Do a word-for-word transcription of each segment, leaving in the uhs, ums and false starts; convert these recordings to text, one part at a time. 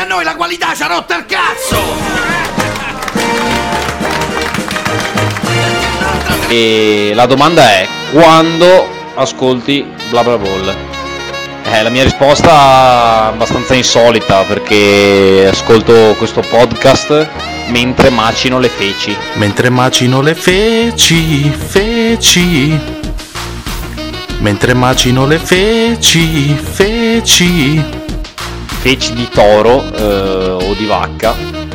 noi la qualità ci ha rotto il cazzo! E la domanda è: quando ascolti Bla Bla Ball? Eh, la mia risposta è abbastanza insolita, perché ascolto questo podcast mentre macino le feci. Mentre macino le feci, feci. Mentre macino le feci, feci. Feci di toro eh, o di vacca.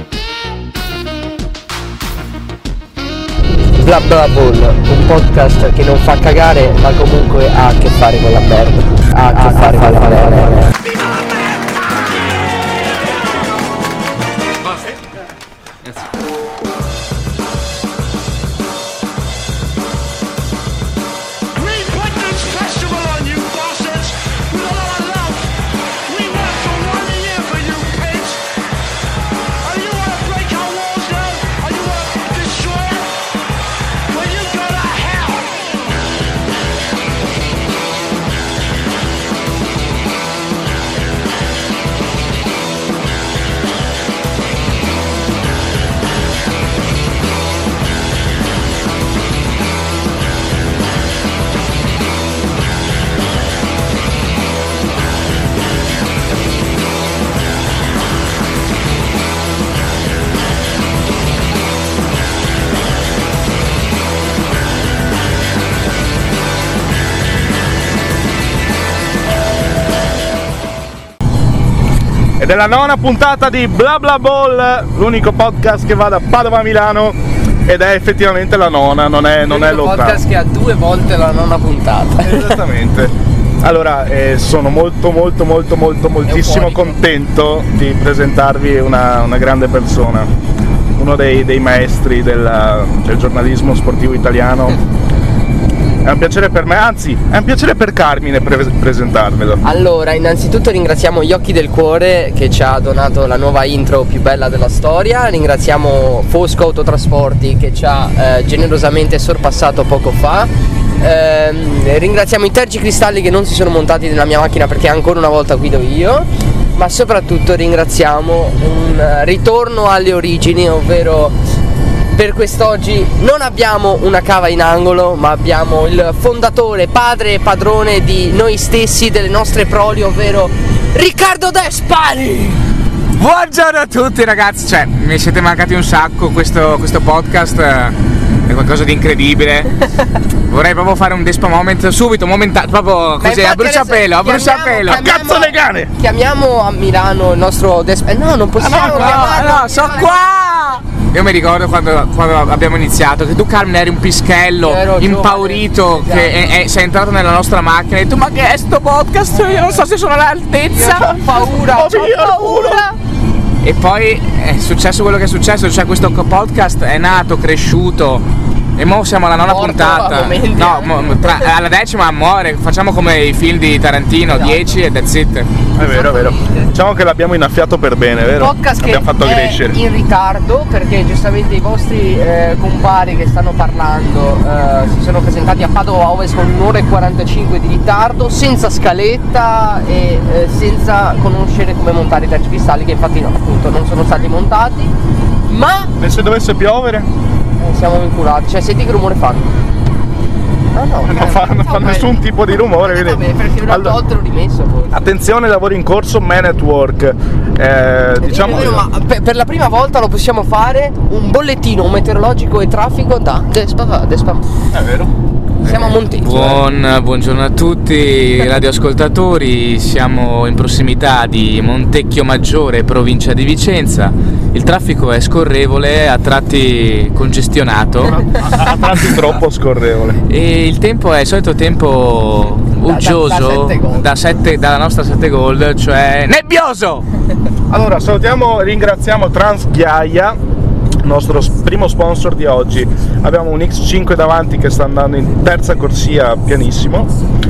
Bla Bla Ball, un podcast che non fa cagare ma comunque ha a che fare con la merda. Ha a che fare con la merda. Ed è la nona puntata di Bla Bla Ball, l'unico podcast che va da Padova a Milano, ed è effettivamente la nona, non è, non è l'ottava. Un podcast che ha due volte la nona puntata. Esattamente. Allora, eh, sono molto molto molto molto moltissimo contento di presentarvi una, una grande persona, uno dei, dei maestri della, del giornalismo sportivo italiano. È un piacere per me, anzi è un piacere per Carmine pre- presentarvelo. Allora, innanzitutto ringraziamo Gli Occhi del Cuore che ci ha donato la nuova intro più bella della storia. Ringraziamo Fosco Autotrasporti che ci ha eh, generosamente sorpassato poco fa. Eh, ringraziamo i tergicristalli che non si sono montati nella mia macchina perché ancora una volta guido io. Ma soprattutto ringraziamo un ritorno alle origini, ovvero per quest'oggi non abbiamo una cava in angolo, ma abbiamo il fondatore, padre e padrone di noi stessi, delle nostre proli, ovvero Riccardo Despari. Buongiorno a tutti ragazzi, cioè mi siete mancati un sacco, questo, questo podcast è qualcosa di incredibile. Vorrei proprio fare un Despa moment subito, momentato, proprio così, a bruciapelo, a bruciapelo. Cazzo le cane! Chiamiamo a Milano il nostro Despa. Eh, no, non possiamo Ah, no, chiamarlo. no, no, so qua! Io mi ricordo quando, quando abbiamo iniziato che tu, Carmine, eri un pischello Ero impaurito, giovane, che è, è, sei entrato nella nostra macchina e hai detto: ma che è sto podcast? Io non so se sono all'altezza. Ho paura, ho ho paura. E poi è successo quello che è successo, cioè questo podcast è nato, cresciuto. E mo siamo alla nona Morto puntata. a momenti, No, eh. mo, tra, alla decima muore. Facciamo come i film di Tarantino, Esatto. dieci e that's it. È vero, è vero. Diciamo che l'abbiamo innaffiato per bene, vero? Podcast che Abbiamo fatto è crescere. in ritardo perché giustamente i vostri eh, compari che stanno parlando eh, si sono presentati a Padova Ovest con un'ora e quarantacinque di ritardo, senza scaletta e eh, senza conoscere come montare i tergicristalli, che infatti no, appunto non sono stati montati, ma E se dovesse piovere? eh, siamo inculati. Cioè, senti che rumore fanno? No, no, Non fa, non fa nessun tipo di rumore, Vabbè, quindi... perché l'ho Allora, tolto e l'ho rimesso poi. attenzione, lavori in corso, Man at Work. Eh, diciamo... È vero, ma per, per la prima volta lo possiamo fare un bollettino meteorologico e traffico da Despa, Despa. È vero. Siamo a Monteggio. Buon, buongiorno a tutti radioascoltatori, siamo in prossimità di Montecchio Maggiore, provincia di Vicenza. Il traffico è scorrevole, a tratti congestionato A tratti troppo scorrevole. e il tempo è il solito tempo uggioso da sette gol. da sette, dalla nostra sette Gold, cioè nebbioso! Allora, salutiamo, ringraziamo Transghiaia, nostro s- primo sponsor di oggi. Abbiamo un X cinque davanti che sta andando in terza corsia pianissimo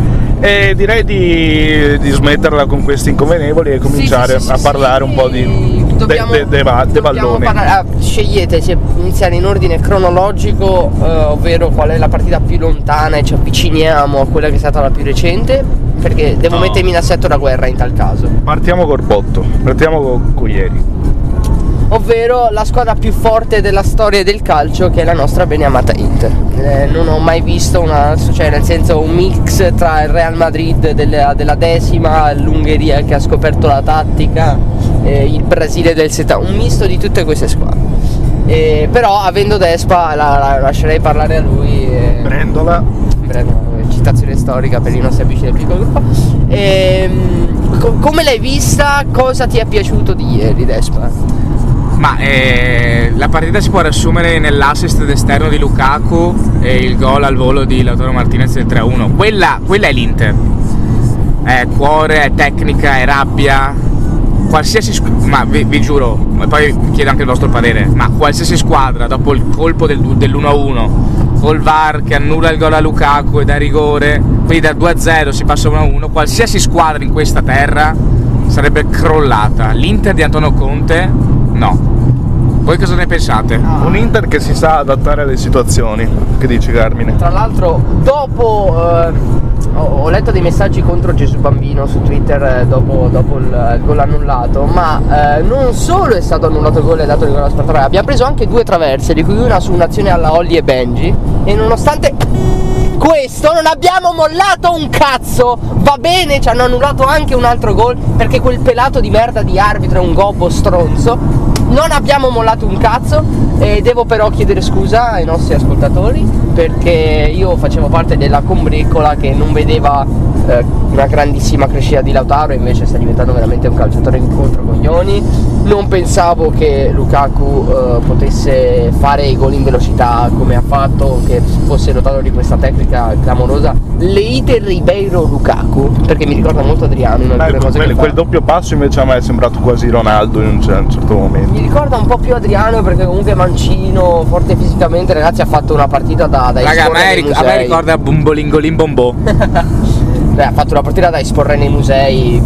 e direi di, di smetterla con questi inconvenevoli e cominciare Sì, sì, sì, a sì, parlare sì. un po' di Dobbiamo- de, de, de, va- de dobbiamo balloni. parlare- ah, scegliete se iniziare in ordine cronologico, eh, ovvero qual è la partita più lontana e ci avviciniamo a quella che è stata la più recente, perché devo No. mettermi in assetto da guerra in tal caso. Partiamo col botto, partiamo con, con ieri. Ovvero la squadra più forte della storia del calcio, che è la nostra beneamata Inter. Eh, non ho mai visto una, cioè nel senso un mix tra il Real Madrid della, della decima, l'Ungheria che ha scoperto la tattica, eh, il Brasile del settanta, un misto di tutte queste squadre. Eh, però avendo Despa la, la lascerei parlare a lui. Eh, Brendola. Brendola, citazione storica per i nostri amici del piccolo gruppo. Eh, co- come l'hai vista? Cosa ti è piaciuto di ieri, Despa? Ma eh, la partita si può riassumere nell'assist d'esterno di Lukaku e il gol al volo di Lautaro Martinez del tre a uno. Quella, quella è l'Inter. È cuore, è tecnica, è rabbia. Qualsiasi squ- ma vi, vi giuro, e poi chiedo anche il vostro parere, ma qualsiasi squadra dopo il colpo del, dell'uno a uno, col V A R che annulla il gol a Lukaku e da rigore, quindi da due a zero si passa uno a uno, qualsiasi squadra in questa terra sarebbe crollata. L'Inter di Antonio Conte no. Voi cosa ne pensate? Un Inter che si sa adattare alle situazioni. Che dici, Carmine? Tra l'altro dopo eh, ho, ho letto dei messaggi contro Gesù Bambino su Twitter eh, dopo, dopo il, il gol annullato, ma eh, non solo è stato annullato il gol e dato il gol alla Sparta Praga, abbiamo preso anche due traverse, di cui una su un'azione alla Olli e Benji, e nonostante questo non abbiamo mollato un cazzo. Va bene, ci hanno annullato anche un altro gol perché quel pelato di merda di arbitro è un gobbo stronzo. Non abbiamo mollato un cazzo, e devo però chiedere scusa ai nostri ascoltatori perché io facevo parte della combriccola che non vedeva eh, una grandissima crescita di Lautaro, invece sta diventando veramente un calciatore di controcoglioni. Non pensavo che Lukaku eh, potesse fare i gol in velocità come ha fatto, che fosse dotato di questa tecnica clamorosa. Leite Ribeiro Lukaku, perché mi ricorda molto Adriano in alcune Beh, cose quel, che quel fa. doppio passo invece a me è sembrato quasi Ronaldo in un cer- un certo momento. Mi ricorda un po' più Adriano perché comunque è mancino, forte fisicamente, ragazzi, ha fatto una partita da, da Raga, a esporre me, nei ric- a me musei. ricorda Bombolingolin Bombò. Beh, ha fatto una partita da esporre nei musei,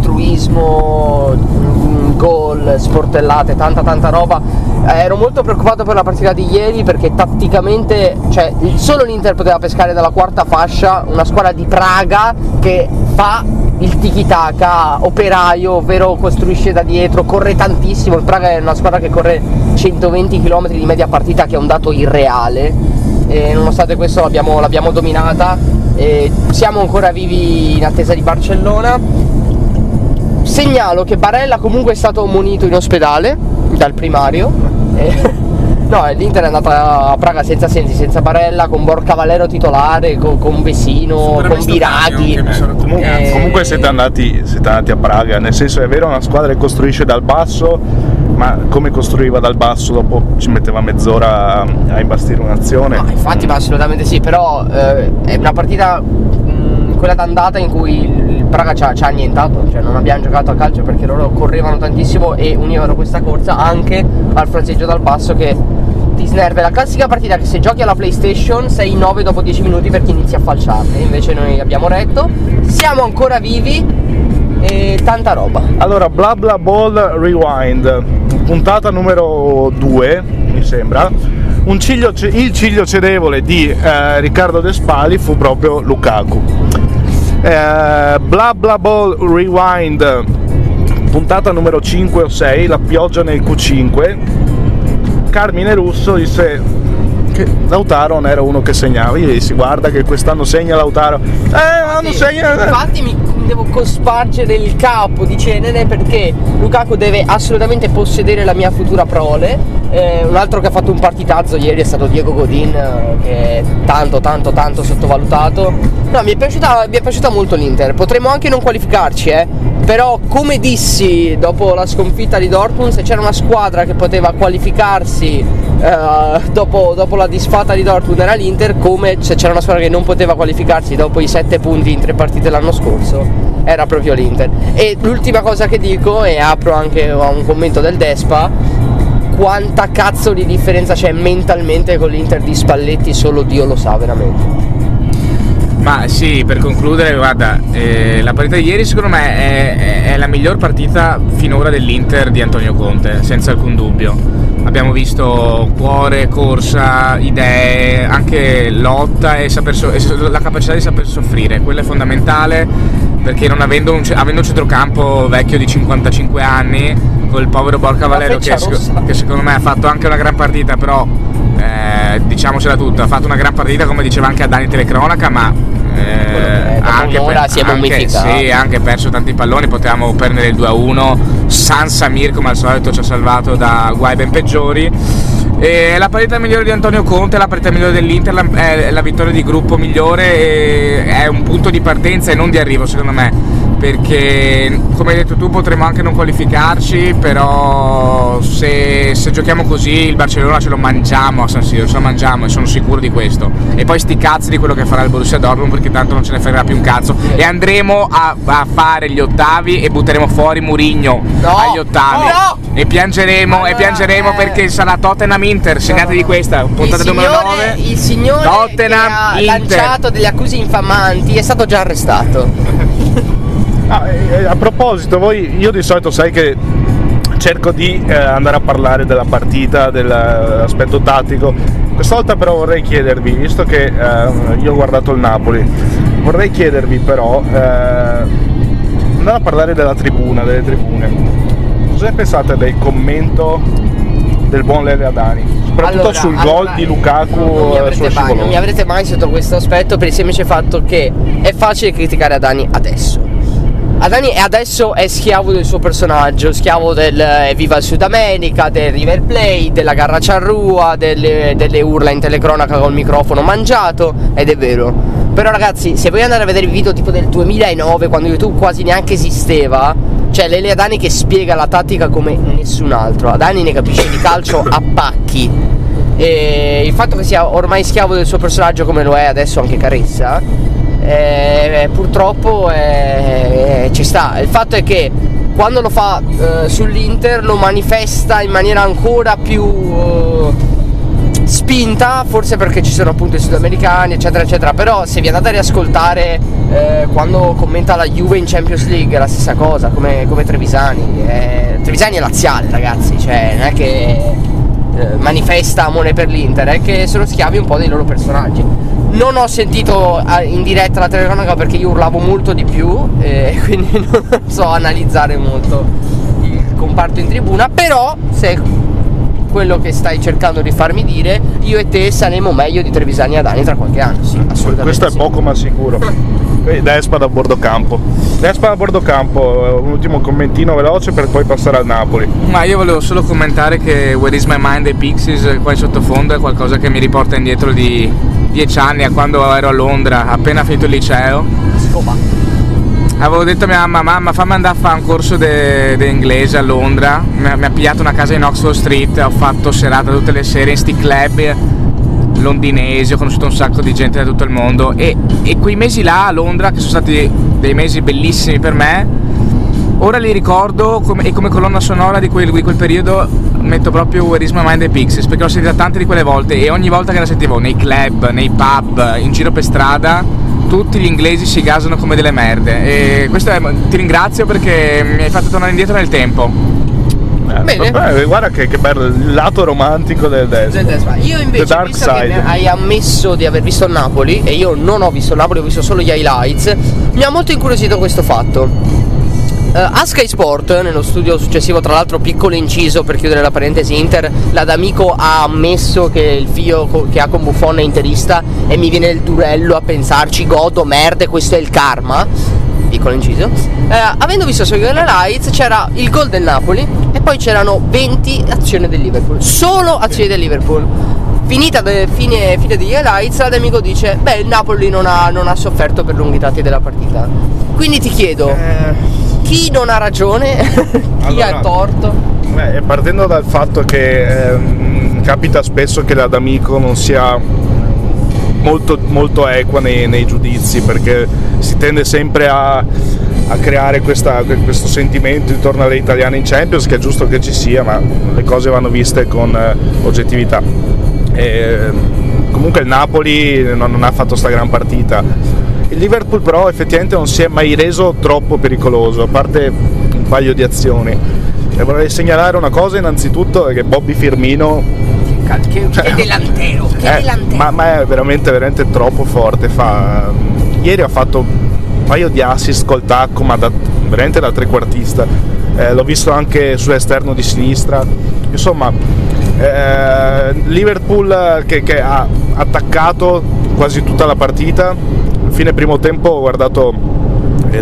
altruismo, mm, gol, sportellate, tanta tanta roba. Eh, ero molto preoccupato per la partita di ieri perché tatticamente, cioè, solo l'Inter poteva pescare dalla quarta fascia una squadra di Praga che fa il tiki-taka operaio, ovvero costruisce da dietro, corre tantissimo. Il Praga è una squadra che corre centoventi chilometri di media partita, che è un dato irreale, e nonostante questo l'abbiamo, l'abbiamo dominata. E siamo ancora vivi in attesa di Barcellona. Segnalo che Barella comunque è stato munito in ospedale dal primario. E no, l'Inter è andata a Praga senza sensi, senza Barella, con Borca Valero titolare, con, con Vecino, con Biraghi. Comunque, Eh, comunque siete, andati, siete andati a Praga, nel senso è vero, è una squadra che costruisce dal basso, ma come costruiva dal basso dopo ci metteva mezz'ora a, a imbastire un'azione. No, infatti, ma assolutamente sì, però eh, è una partita, mh, quella d'andata, in cui il Praga ci ha, ci ha annientato, cioè non abbiamo giocato a calcio perché loro correvano tantissimo e univano questa corsa anche al fraseggio dal basso che ti snerva. La classica partita che se giochi alla PlayStation sei in nove dopo dieci minuti perché inizi a falciarne, invece noi abbiamo retto, siamo ancora vivi e tanta roba. Allora, Bla Bla Ball Rewind, puntata numero due, mi sembra. Un ciglio, il ciglio cedevole di eh, Riccardo De Spali fu proprio Lukaku. Eh, Bla Bla Ball Rewind, puntata numero cinque o sei, la pioggia nel Q cinque. Carmine Russo disse che Lautaro non era uno che segnava. Io dissi: guarda che quest'anno segna Lautaro. Eh, non segna. Infatti mi devo cospargere il capo di cenere perché Lukaku deve assolutamente possedere la mia futura prole. Eh, un altro che ha fatto un partitazzo ieri è stato Diego Godin, eh, che è tanto tanto tanto sottovalutato. No, mi è piaciuta, mi è piaciuta molto l'Inter. Potremmo anche non qualificarci, eh. Però come dissi dopo la sconfitta di Dortmund, se c'era una squadra che poteva qualificarsi eh, dopo, dopo la disfatta di Dortmund era l'Inter, come se c'era una squadra che non poteva qualificarsi dopo i sette punti in tre partite l'anno scorso era proprio l'Inter. E l'ultima cosa che dico, e apro anche a un commento del Despa, quanta cazzo di differenza c'è mentalmente con l'Inter di Spalletti solo Dio lo sa veramente. Ma sì, per concludere, guarda, eh, la partita di ieri secondo me è, è, è la miglior partita finora dell'Inter di Antonio Conte, senza alcun dubbio. Abbiamo visto cuore, corsa, idee, anche lotta e, saper so- e la capacità di saper soffrire, quello è fondamentale, perché non avendo un, avendo un centrocampo vecchio di cinquantacinque anni, col povero Borca Valero che, che secondo me ha fatto anche una gran partita, però eh, diciamocela tutta, ha fatto una gran partita come diceva anche a Dani Telecronaca, ma eh, anche, per, si è anche, sì, anche perso tanti palloni, potevamo perdere il due a uno, San Samir come al solito ci ha salvato da guai ben peggiori. E la partita migliore di Antonio Conte, la partita migliore dell'Inter, la, è la vittoria di gruppo migliore, e è un punto di partenza e non di arrivo secondo me, perché come hai detto tu potremo anche non qualificarci, però se, se giochiamo così il Barcellona ce lo mangiamo a San Siro, ce lo mangiamo e sono sicuro di questo, e poi sti cazzi di quello che farà il Borussia Dortmund, perché tanto non ce ne fregherà più un cazzo, e andremo a, a fare gli ottavi e butteremo fuori Mourinho no, agli ottavi no. e piangeremo allora, e piangeremo eh... perché sarà Tottenham Inter, segnatevi questa puntata numero nove. Il signore Tottenham che ha Inter. lanciato delle accuse infamanti è stato già arrestato. Ah, eh, a proposito, voi, io di solito sai che cerco di eh, andare a parlare della partita, dell'aspetto tattico. Questa volta però vorrei chiedervi, visto che eh, io ho guardato il Napoli, vorrei chiedervi però, eh, andare a parlare della tribuna, delle tribune. Cosa ne pensate del commento del buon Lele Adani? Soprattutto allora, sul allora, gol di Lukaku non mi, sul mai, non mi avrete mai sotto questo aspetto, per il semplice fatto che è facile criticare Adani adesso. Adani adesso è schiavo del suo personaggio, schiavo del eh, Viva il Sud America, del River Plate, della Garra Ciarrua, delle, delle urla in telecronaca col microfono mangiato, ed è vero. Però ragazzi, se voi andate a vedere il video tipo del duemilanove, quando YouTube quasi neanche esisteva, c'è Lele Adani che spiega la tattica come nessun altro. Adani ne capisce di calcio a pacchi, e il fatto che sia ormai schiavo del suo personaggio come lo è adesso anche Caressa, Eh, purtroppo eh, ci sta. Il fatto è che quando lo fa eh, sull'Inter lo manifesta in maniera ancora più eh, spinta, forse perché ci sono appunto i sudamericani eccetera eccetera. Però se vi andate a riascoltare eh, quando commenta la Juve in Champions League è la stessa cosa, come, come Trevisani eh, Trevisani è laziale, ragazzi, cioè non è che eh, manifesta amore per l'Inter, è che sono schiavi un po' dei loro personaggi. Non ho sentito in diretta la telecronaca perché io urlavo molto di più e quindi non so analizzare molto il comparto in tribuna, però se quello che stai cercando di farmi dire, io e te saremo meglio di Trevisani e Adani tra qualche anno, sì, assolutamente. Questo è sì. poco ma sicuro. E Despa da bordo campo. Despa da bordo campo, un ultimo commentino veloce per poi passare al Napoli. Ma io volevo solo commentare che Where is my mind dei Pixies qua in sottofondo è qualcosa che mi riporta indietro di dieci anni, a quando ero a Londra, appena finito il liceo. Scopa. Avevo detto a mia mamma, mamma fammi andare a fare un corso di inglese a Londra, mi ha, mi ha pigliato una casa in Oxford Street, ho fatto serata tutte le sere in sti club londinesi, ho conosciuto un sacco di gente da tutto il mondo e, e quei mesi là a Londra, che sono stati dei mesi bellissimi per me, ora li ricordo come, e come colonna sonora di quel, di quel periodo metto proprio Where is my mind dei Pixies, perché l'ho sentita tante di quelle volte e ogni volta che la sentivo nei club, nei pub, in giro per strada, tutti gli inglesi si gasano come delle merde e questo è, ti ringrazio perché mi hai fatto tornare indietro nel tempo. Eh, Bene. Vabbè, guarda che, che bello il lato romantico del Despa. Io invece, The dark visto side. che hai ammesso di aver visto il Napoli e io non ho visto il Napoli, ho visto solo gli highlights, mi ha molto incuriosito questo fatto. Uh, a Sky Sport, nello studio successivo, tra l'altro piccolo inciso per chiudere la parentesi Inter, la D'Amico ha ammesso che il figlio co- che ha con Buffon è interista e mi viene il durello a pensarci, godo, merde, questo è il karma, piccolo inciso. Uh, avendo visto sugli highlights c'era il gol del Napoli e poi c'erano venti azioni del Liverpool, solo azioni del Liverpool. Finita de, fine, fine degli highlights, la D'Amico dice, beh, il Napoli non ha, non ha sofferto per lunghi tratti della partita. Quindi ti chiedo, Eh... chi non ha ragione, chi Allora, ha torto? Beh, partendo dal fatto che ehm, capita spesso che la D'Amico non sia molto, molto equa nei, nei giudizi, perché si tende sempre a, a creare questa, questo sentimento intorno alle italiane in Champions, che è giusto che ci sia, ma le cose vanno viste con eh, oggettività. E, comunque il Napoli non, non ha fatto sta gran partita. il Liverpool però effettivamente non si è mai reso troppo pericoloso, a parte un paio di azioni. E vorrei segnalare una cosa innanzitutto, è che Bobby Firmino che, che delantero, che è, delantero. Ma, ma è veramente veramente troppo forte. Fa, ieri ha fatto un paio di assist col tacco, ma da, veramente da trequartista. Eh, l'ho visto anche sull'esterno di sinistra. Insomma, eh, Liverpool che, che ha attaccato quasi tutta la partita. A fine primo tempo ho guardato il,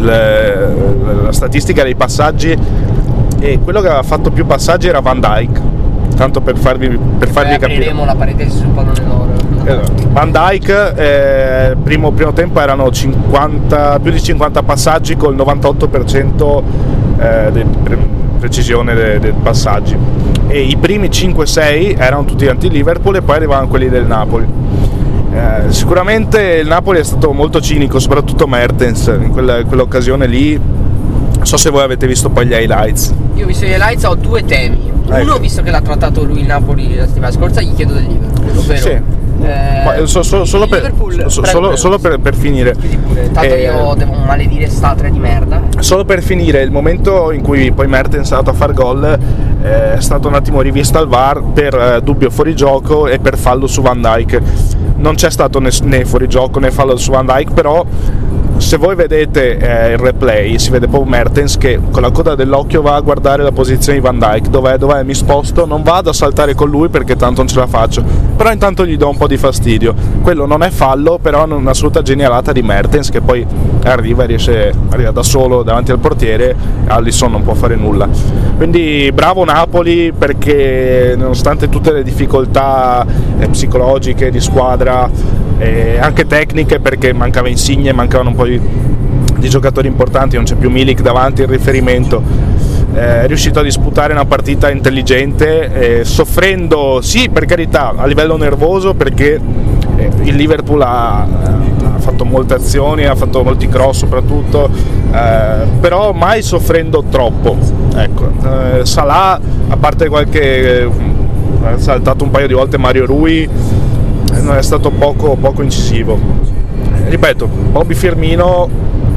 la statistica dei passaggi e quello che aveva fatto più passaggi era Van Dijk, tanto per farvi, per farvi Beh, capire. apriremo la parentesi sul pallone d'oro. Esatto. Van Dijk eh, primo, primo tempo erano cinquanta, più di cinquanta passaggi col novantotto per cento eh, di pre- precisione dei de passaggi, e i primi cinque sei erano tutti anti-Liverpool e poi arrivavano quelli del Napoli. Eh, sicuramente il Napoli è stato molto cinico, soprattutto Mertens in quella, quell'occasione lì. Non so se voi avete visto poi gli highlights. Io ho visto gli highlights, ho due temi. Uno, ecco. Visto che l'ha trattato lui il Napoli la settimana scorsa, gli chiedo del Liverpool, ovvero Sì. eh, so, so, solo, per, so, solo, solo per, per finire, tanto eh, io devo maledire statre di merda. Solo per finire, il momento in cui poi Mertens è andato a far gol eh, è stato un attimo rivisto al V A R per eh, dubbio fuorigioco e per fallo su Van Dijk. Non c'è stato né, né fuorigioco né fallo su Van Dijk, però se voi vedete eh, il replay si vede proprio Mertens che con la coda dell'occhio va a guardare la posizione di Van Dijk, dov'è, dov'è, mi sposto, non vado a saltare con lui perché tanto non ce la faccio, però intanto gli do un po' di fastidio. Quello non è fallo, però è un'assoluta genialata di Mertens che poi arriva e riesce, arriva da solo davanti al portiere, Alisson non può fare nulla. Quindi bravo Napoli, perché nonostante tutte le difficoltà eh, psicologiche di squadra e anche tecniche, perché mancava Insigne, mancavano un po' di, di giocatori importanti, non c'è più Milik davanti in riferimento, eh, è riuscito a disputare una partita intelligente, eh, soffrendo sì per carità a livello nervoso, perché eh, il Liverpool ha, ha fatto molte azioni, ha fatto molti cross soprattutto, eh, però mai soffrendo troppo, ecco. eh, Salah, a parte qualche eh, ha saltato un paio di volte Mario Rui, è stato poco, poco incisivo. Ripeto, Bobby Firmino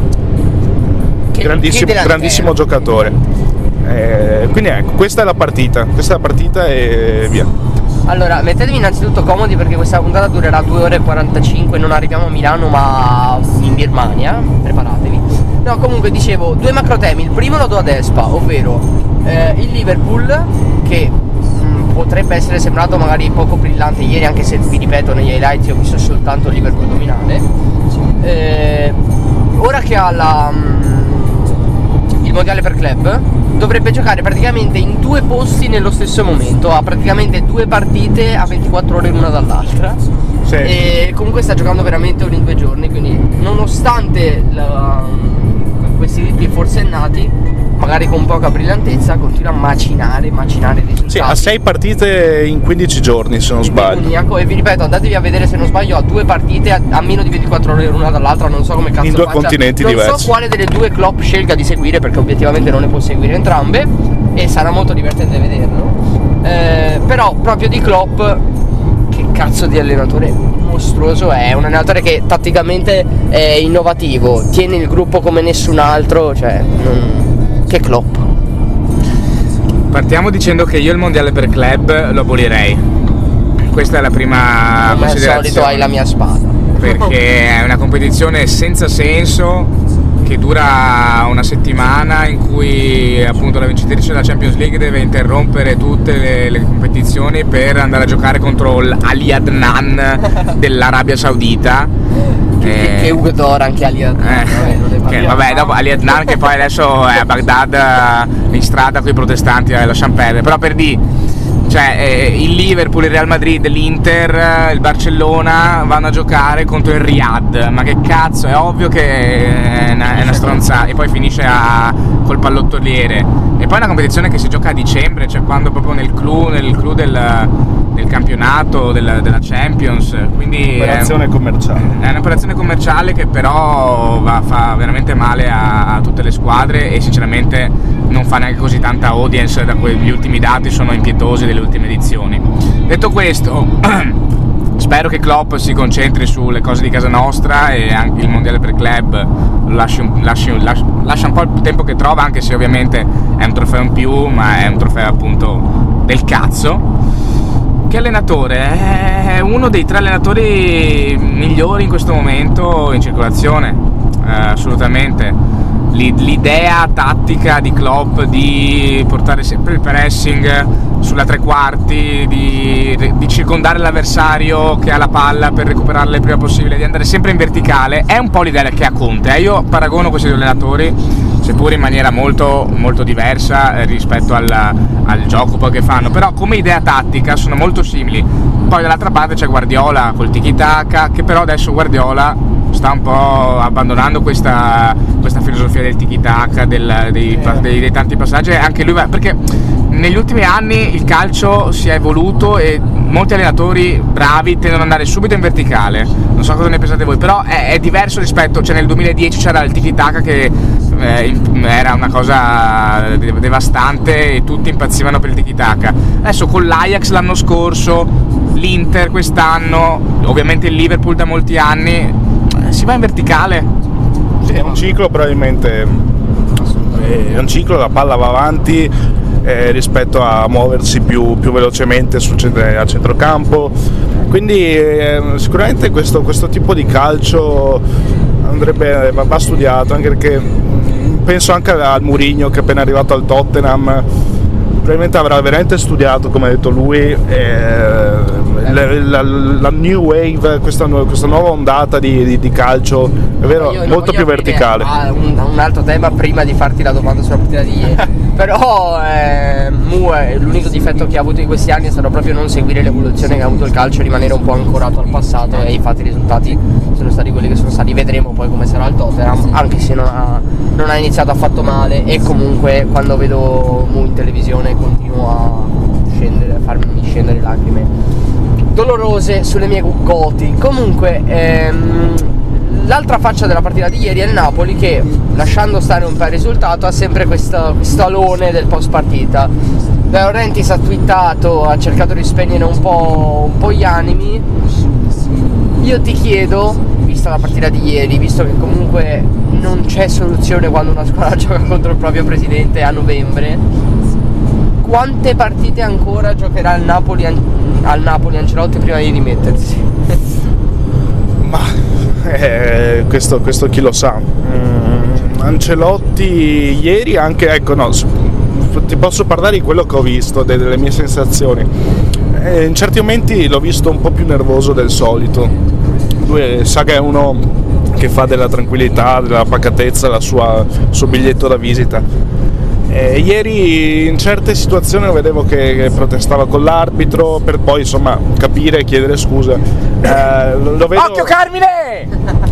che, grandissimo, che grandissimo giocatore, eh, quindi ecco, questa è la partita questa è la partita e via. Allora, mettetevi innanzitutto comodi perché questa puntata durerà due ore e quarantacinque, non arriviamo a Milano ma in Birmania, preparatevi. No, comunque dicevo, due macro temi. Il primo lo do ad Espa, ovvero eh, il Liverpool che potrebbe essere sembrato magari poco brillante ieri, anche se vi ripeto negli highlights io ho visto soltanto il Liverpool dominare. Eh, ora che ha la, um, il mondiale per club dovrebbe giocare praticamente in due posti nello stesso momento, ha praticamente due partite a ventiquattro ore l'una dall'altra. Sì. E comunque sta giocando veramente ogni due giorni, quindi nonostante la, questi ritmi forsennati, magari con poca brillantezza, continua a macinare, macinare risultati. Sì, ha sei partite in quindici giorni se non sbaglio. Demoniaco. E vi ripeto, andatevi a vedere se non sbaglio, ha due partite a, a meno di ventiquattro ore l'una dall'altra, non so come cazzo in due faccia. continenti non diversi. Non so quale delle due Klopp scelga di seguire, perché obiettivamente non ne può seguire entrambe e sarà molto divertente vederlo. Eh, però proprio di Klopp, che cazzo di allenatore mostruoso è, un allenatore che tatticamente è innovativo, tiene il gruppo come nessun altro, cioè non... che Klopp. Partiamo dicendo che io il mondiale per club lo abolirei. Questa è la prima Come considerazione. al solito hai la mia spada. Perché è una competizione senza senso che dura una settimana, in cui appunto la vincitrice della Champions League deve interrompere tutte le, le competizioni per andare a giocare contro l'Ali Adnan dell'Arabia Saudita. Che, eh, che Ugo Dora anche Ali Adnan, eh, vabbè, che, vabbè, dopo Ali Adnan che poi adesso è a Baghdad in strada con i protestanti, eh, lasciamo perdere, però per dire, cioè eh, il Liverpool, il Real Madrid, l'Inter, il Barcellona vanno a giocare contro il Riyadh, ma che cazzo, è ovvio che è una, è una stronzata, e poi finisce a, col pallottoliere, e poi è una competizione che si gioca a dicembre, cioè quando proprio nel clou, nel clou del, del campionato, del, della Champions, quindi Operazione è, commerciale. È un'operazione commerciale che però va, fa veramente male a, a tutte le squadre, e sinceramente non fa neanche così tanta audience, da quegli ultimi dati sono impietosi delle ultime edizioni. Detto questo, spero che Klopp si concentri sulle cose di casa nostra e anche il mondiale per club lo lasci, un, lasci, lascia, lascia un po' il tempo che trova, anche se ovviamente è un trofeo in più, ma è un trofeo appunto del cazzo. Che allenatore? È uno dei tre allenatori migliori in questo momento in circolazione, eh, assolutamente. L'idea tattica di Klopp di portare sempre il pressing sulla tre quarti, di, di circondare l'avversario che ha la palla per recuperarla il prima possibile, di andare sempre in verticale, è un po' l'idea che ha Conte. Eh. Io paragono questi due allenatori, seppur in maniera molto, molto diversa eh, rispetto al, al gioco poi che fanno, però come idea tattica sono molto simili. Poi dall'altra parte c'è Guardiola col tiki-taka, che però adesso Guardiola sta un po' abbandonando questa, questa filosofia del tiki-taka, del, dei, dei, dei tanti passaggi, anche lui, perché negli ultimi anni il calcio si è evoluto e molti allenatori bravi tendono ad andare subito in verticale. Non so cosa ne pensate voi, però è, è diverso rispetto, cioè nel duemiladieci c'era il tiki-taka che eh, era una cosa devastante e tutti impazzivano per il tiki-taka. Adesso con l'Ajax l'anno scorso, l'Inter quest'anno, ovviamente il Liverpool da molti anni, si va in verticale. Sì, è un ciclo probabilmente, è un ciclo, la palla va avanti eh, rispetto a muoversi più, più velocemente sul centro, a centrocampo, quindi eh, sicuramente questo, questo tipo di calcio andrebbe, va, va studiato, anche perché penso anche al Mourinho che è appena arrivato al Tottenham, probabilmente avrà veramente studiato, come ha detto lui, eh, la, la, la new wave, questa, questa nuova ondata di, di, di calcio, è vero, molto più verticale. Ah, un, un altro tema prima di farti la domanda sulla partita di ieri. Però eh, Mu è l'unico difetto che ha avuto in questi anni è stato proprio non seguire l'evoluzione che ha avuto il calcio, rimanere un po' ancorato al passato, e infatti i risultati sono stati quelli che sono stati. Vedremo poi come sarà il Tottenham, anche se non ha, non ha iniziato affatto male, e comunque quando vedo Mu in televisione continuo a scendere, a farmi scendere lacrime dolorose sulle mie goti. Comunque ehm, l'altra faccia della partita di ieri è il Napoli, che lasciando stare un po' il risultato ha sempre questo, questo alone del post partita. De Laurentiis ha twittato, ha cercato di spegnere un po', un po' gli animi. Io ti chiedo, vista la partita di ieri, visto che comunque non c'è soluzione quando una squadra gioca contro il proprio presidente a novembre, quante partite ancora giocherà il Napoli, al Napoli Ancelotti prima di dimettersi? Ma eh, questo, questo chi lo sa. mm, Ancelotti ieri anche, ecco, no, ti posso parlare di quello che ho visto, delle mie sensazioni. eh, in certi momenti l'ho visto un po' più nervoso del solito. Lui sa che è uno che fa della tranquillità, della pacatezza la sua, il suo biglietto da visita. Eh, ieri in certe situazioni lo vedevo che, che protestava con l'arbitro, per poi insomma capire e chiedere scusa. Eh, lo, lo vedo... Occhio Carmine!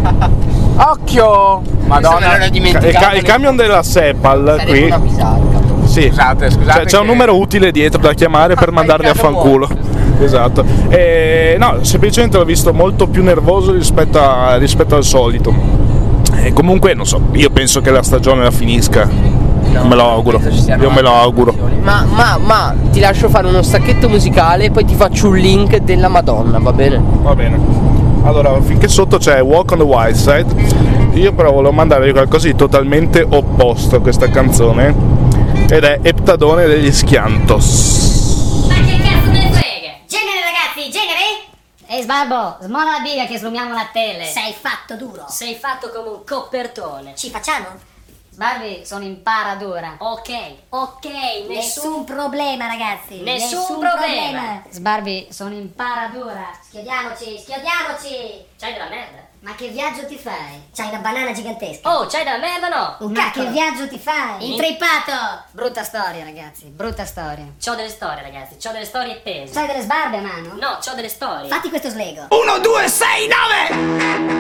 Occhio! Madonna! Il, ca- il camion della Sepal qui. Una pisarca. Sì, scusate, scusate cioè, c'è che... un numero utile dietro da chiamare per mandarli a fanculo. Esatto. E, no, semplicemente l'ho visto molto più nervoso rispetto, a, rispetto al solito. E comunque non so, io penso che la stagione la finisca. No, me lo auguro, io me lo auguro. Ma, ma, ma ti lascio fare uno stacchetto musicale e poi ti faccio un link della Madonna, va bene? Va bene. Allora, finché sotto c'è Walk on the Wild Side, io però volevo mandare qualcosa di totalmente opposto a questa canzone, ed è Eptadone degli Schiantos. Ma che cazzo me ne frega? Genere ragazzi, genere? Ehi Sbarbo, smola la biga che slumiamo la tele. Sei fatto duro. Sei fatto come un copertone. Ci facciamo? Sbarbi, sono in paradora. Ok, ok, nessun, Nessun problema ragazzi. nessun, Nessun problema. Sbarbi, sono in paradora. Schiodiamoci, schiodiamoci. C'hai della merda? Ma che viaggio ti fai? C'hai una banana gigantesca. Oh, c'hai della merda o no? Un Ma che viaggio ti fai? Intrippato! Brutta storia, ragazzi, brutta storia. C'ho delle storie, ragazzi, c'ho delle storie tese. C'hai delle sbarbe a mano? No, c'ho delle storie. Fatti questo slego. uno, due, sei, nove!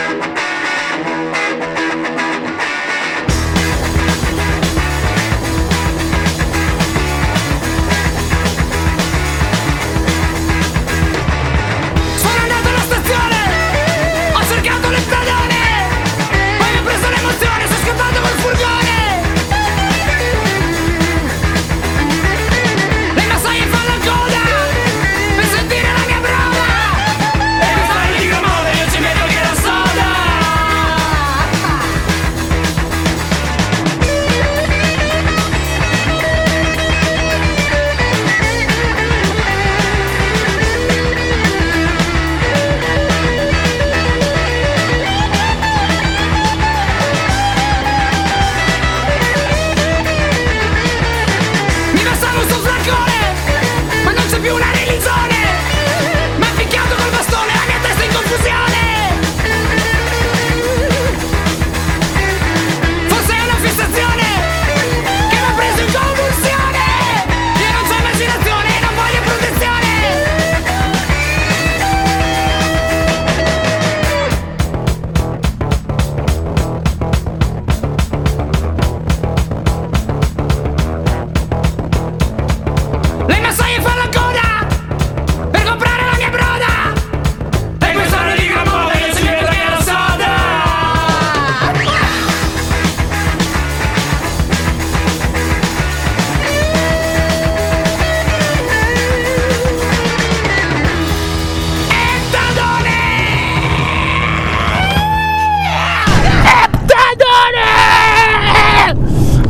Sono andato alla stazione! Ho cercato l'Eptadone! Poi mi ho preso l'emozione, sto scappando col furgone! Le massaie fanno coda per sentire la mia brava!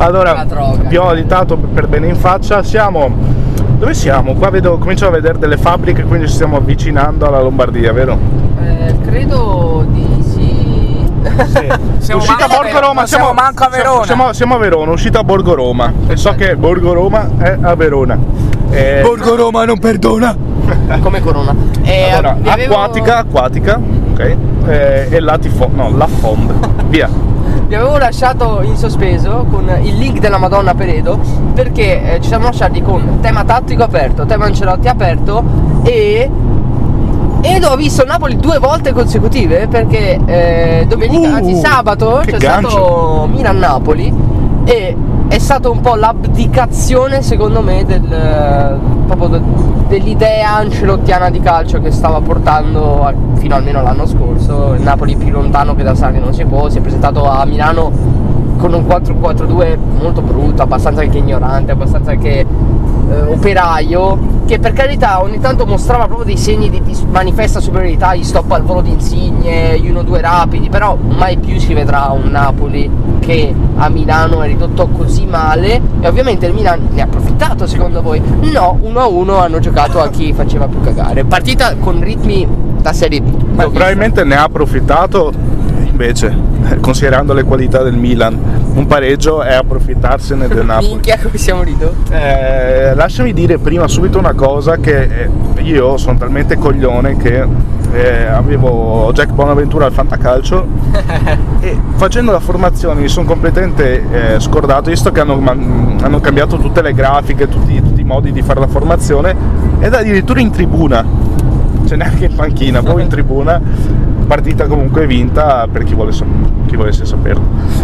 Allora, La droga. vi ho aiutato per bene in faccia. Siamo... Dove siamo? Qua vedo, comincio a vedere delle fabbriche, quindi ci stiamo avvicinando alla Lombardia, vero? Eh, credo di sì. Sì. Siamo Uscita a manco a Borgo Verona, Roma, non siamo manco a Verona. Siamo, siamo a Verona, uscita a Borgo Roma. E so che Borgo Roma è a Verona. Eh, Borgo Roma non perdona. Come Corona. Eh, allora, vi avevo- acquatica, acquatica, ok? Eh, e latifo, no, la fond. Via. Vi avevo lasciato in sospeso con il link della Madonna Peredo perché eh, ci siamo lasciati con tema tattico aperto, tema Ancelotti aperto e ed ho visto il Napoli due volte consecutive perché eh, domenica, Uh, anzi sabato che c'è gancio. stato Milan-Napoli e è stato un po' l'abdicazione secondo me del, eh, proprio de- dell'idea ancelottiana di calcio che stava portando a- fino almeno l'anno scorso. Il Napoli più lontano che da Sarri non si può, si è presentato a Milano con un quattro quattro due molto brutto, abbastanza anche ignorante, abbastanza anche eh, operaio, che per carità ogni tanto mostrava proprio dei segni di, di manifesta superiorità, gli stop al volo di Insigne, gli uno due rapidi, però mai più si vedrà un Napoli che a Milano è ridotto così male e ovviamente il Milan ne ha approfittato secondo voi? No, uno a uno hanno giocato a chi faceva più cagare, partita con ritmi da Serie B. Beh, L'ho probabilmente ne ha approfittato invece, considerando le qualità del Milan. Un pareggio è approfittarsene del visto. Napoli. Minchia come siamo ridotti. Eh, lasciami dire prima subito una cosa, che eh, io sono talmente coglione che eh, avevo Jack Bonaventura al Fantacalcio e facendo la formazione mi sono completamente eh, scordato, visto che hanno, man- hanno cambiato tutte le grafiche, tutti, tutti i modi di fare la formazione, ed addirittura in tribuna, cioè neanche in panchina, proprio in tribuna. Partita comunque vinta per chi, vuole, chi volesse saperlo.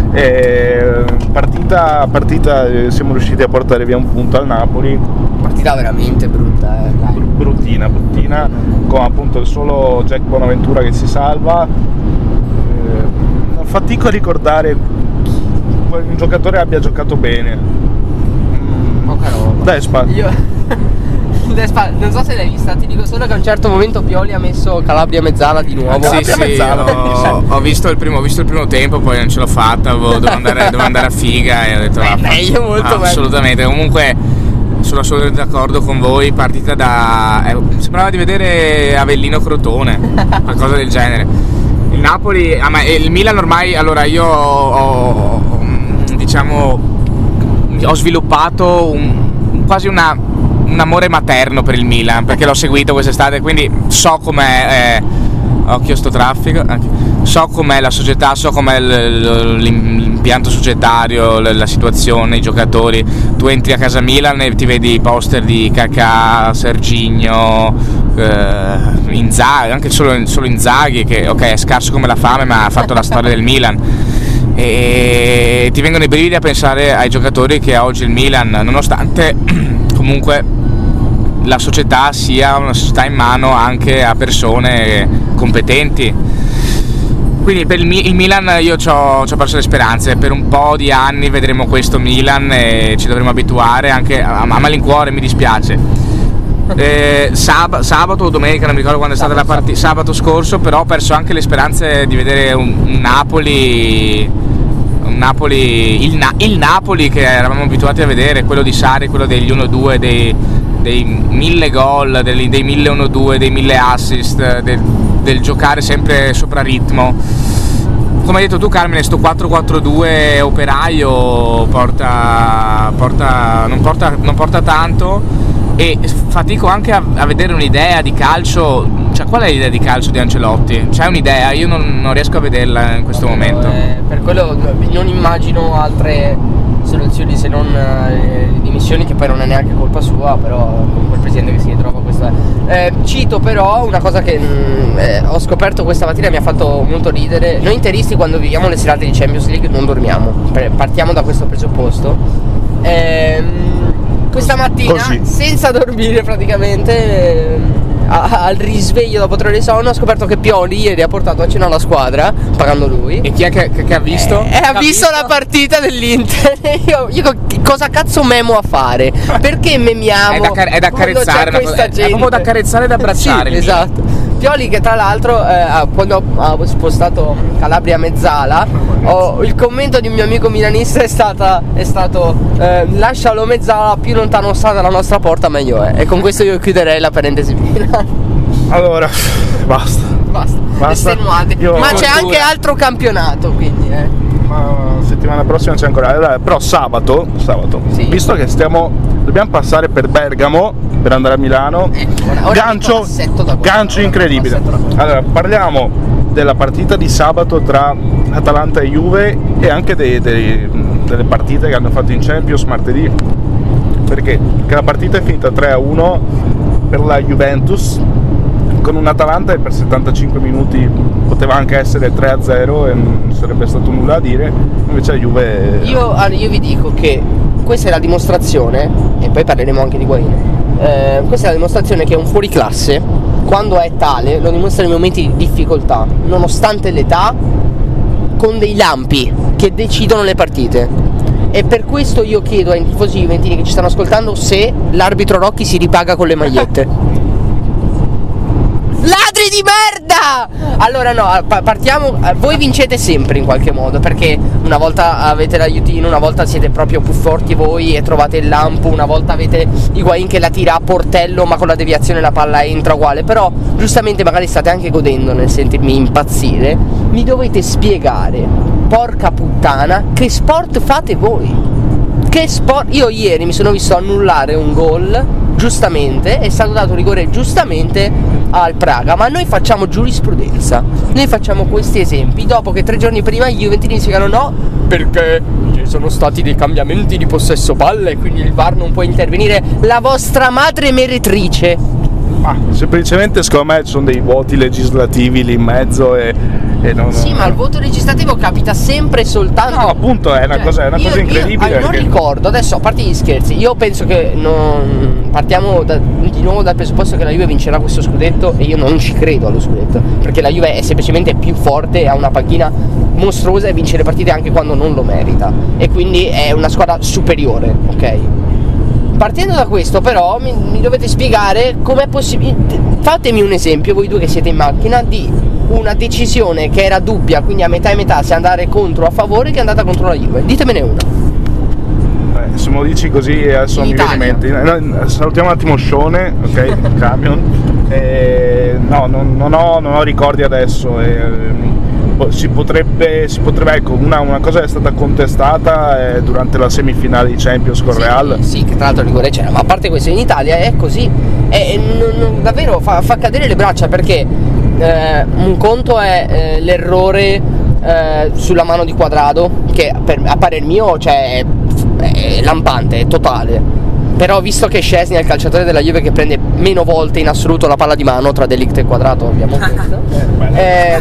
E partita, partita eh, siamo riusciti a portare via un punto al Napoli, Partita veramente brutta, eh. dai. br- bruttina, bruttina, con appunto il solo Jack Bonaventura che si salva. Eh, fatico a ricordare chi un giocatore abbia giocato bene. Mm, Poca roba. Despa. Io Despa, non so se l'hai vista, ti dico solo che a un certo momento Pioli ha messo Calabria Mezzala di nuovo. Sì, Calabria sì, Mezzala. ho, ho visto il primo, ho visto il primo tempo, poi non ce l'ho fatta, avevo- dovevo andare, dovevo andare a figa e ho detto Beh, "Vaffa". meglio, molto meglio. Assolutamente, comunque sono assolutamente d'accordo con voi, partita da... eh, sembrava di vedere Avellino Crotone, qualcosa del genere. Il Napoli, ah, ma il Milan ormai, allora io ho, ho- diciamo, ho sviluppato un, quasi una... un amore materno per il Milan, perché l'ho seguito quest'estate, quindi so com'è, eh, occhio sto traffico, anche, so com'è la società, so com'è l- l- l'impianto societario, l- la situazione, i giocatori. Tu entri a casa Milan e ti vedi i poster di Kakà, Serginho, eh, Inzaghi, anche solo, solo Inzaghi, che ok è scarso come la fame ma ha fatto la storia del Milan. E ti vengono i brividi a pensare ai giocatori che ha oggi il Milan, nonostante comunque la società sia una società in mano anche a persone competenti. Quindi per il, Mi- il Milan io ci ho perso le speranze, per un po' di anni vedremo questo Milan e ci dovremo abituare, anche a, a malincuore mi dispiace. Eh, sab- sabato o domenica, non mi ricordo quando è stata la partita, sabato scorso, però ho perso anche le speranze di vedere un, un Napoli, un Napoli il, Na- il Napoli che eravamo abituati a vedere, quello di Sarri, quello degli uno due, dei, dei mille gol, dei, dei mille uno due, dei mille assist, del, del giocare sempre sopra ritmo. Come hai detto tu Carmine, sto quattro quattro due operaio porta, porta, non, porta, non porta tanto, e fatico anche a, a vedere un'idea di calcio. Cioè, qual è l'idea di calcio di Ancelotti? C'è un'idea? Io non, non riesco a vederla in questo momento. Eh, per quello non immagino altre soluzioni se non eh, dimissioni, che poi non è neanche colpa sua, però comunque il presidente che si ritrova questa eh, cito però una cosa che mh, eh, ho scoperto questa mattina e mi ha fatto molto ridere. Noi interisti quando viviamo le serate di Champions League non dormiamo, partiamo da questo presupposto. ehm, questa mattina Così. senza dormire praticamente ehm, a- al risveglio dopo tre ore di sonno ho scoperto che Pioli ieri ha portato a cena la squadra pagando lui. E chi è che, che- che ha visto? E ha visto la partita dell'Inter. io, io che cosa cazzo memo a fare? Perché memiamo? È da, car- è da quando accarezzare, c'è una cosa- questa è gente? proprio da accarezzare e da abbracciare. Sì, il Milan. esatto. Pioli che tra l'altro eh, quando ha spostato Calabria mezzala, oh, il commento di un mio amico milanista è stata è stato eh, lascialo mezzala, più lontano sta dalla nostra porta meglio è. E con questo io chiuderei la parentesi Milan. Allora, basta. Basta, Basta. estenuante. Io- Ma c'è Cultura. anche altro campionato, quindi eh. Ma settimana prossima c'è ancora. Allora, però sabato, sabato, Sì. visto che stiamo, dobbiamo passare per Bergamo per andare a Milano, Ecco, ora- ora gancio, dico l'assetto da qua. gancio Ora incredibile. l'assetto da qua. Allora, parliamo della partita di sabato tra Atalanta e Juve e anche dei- dei- delle partite che hanno fatto in Champions martedì. Perché? Perché la partita è finita tre a uno per la Juventus, con un Atalanta che per settantacinque minuti poteva anche essere tre a zero e non sarebbe stato nulla a dire, invece la Juve... Io, allora, io vi dico che questa è la dimostrazione, e poi parleremo anche di Guain, eh, questa è la dimostrazione che un fuoriclasse, quando è tale, lo dimostra nei momenti di difficoltà, nonostante l'età, con dei lampi che decidono le partite. E per questo io chiedo ai tifosi juventini che ci stanno ascoltando se l'arbitro Rocchi si ripaga con le magliette. Ladri di merda! Allora no, pa- partiamo, eh, voi vincete sempre in qualche modo, perché una volta avete l'aiutino, una volta siete proprio più forti voi e trovate il lampo, una volta avete Higuain che la tira a portello ma con la deviazione la palla entra uguale, però giustamente magari state anche godendo nel sentirmi impazzire, mi dovete spiegare, porca puttana, che sport fate voi? Che sport? Io ieri mi sono visto annullare un gol, giustamente, è stato dato rigore giustamente al Praga, ma noi facciamo giurisprudenza, noi facciamo questi esempi dopo che tre giorni prima gli juventini spiegano no, perché ci sono stati dei cambiamenti di possesso palla e quindi il V A R non può intervenire, la vostra madre meretrice. Ma semplicemente secondo me ci sono dei vuoti legislativi lì in mezzo e, e non... Sì, ma il voto legislativo capita sempre e soltanto. No, appunto, è una Cioè, cosa, è una io- cosa io- incredibile. ah, non perché- ricordo, adesso a parte gli scherzi, io penso che non partiamo da- di nuovo dal presupposto che la Juve vincerà questo scudetto e io non ci credo allo scudetto, perché la Juve è semplicemente più forte, ha una panchina mostruosa e vince le partite anche quando non lo merita e quindi è una squadra superiore, ok? Partendo da questo però mi, mi dovete spiegare com'è possibile, fatemi un esempio voi due che siete in macchina di una decisione che era dubbia, quindi a metà e metà se andare contro o a favore, che è andata contro la Juve, ditemene una. Eh, se me lo dici così adesso In mi viene in Italia. mente. No, salutiamo un attimo Scione, ok, il camion. Eh, no, non, non ho, non ho ricordi adesso. Eh, si potrebbe, si potrebbe ecco, una, una cosa è stata contestata eh, durante la semifinale di Champions con Sì, Real. sì, che tra l'altro il rigore c'era, ma a parte questo in Italia è così, è, non- non- davvero fa, fa cadere le braccia perché eh, un conto è eh, l'errore eh, sulla mano di Quadrado, che per, a parer mio cioè, è, è lampante, è totale. Però visto che Szczesny è il calciatore della Juve che prende meno volte in assoluto la palla di mano tra De Ligt e Quadrato, abbiamo questo. eh,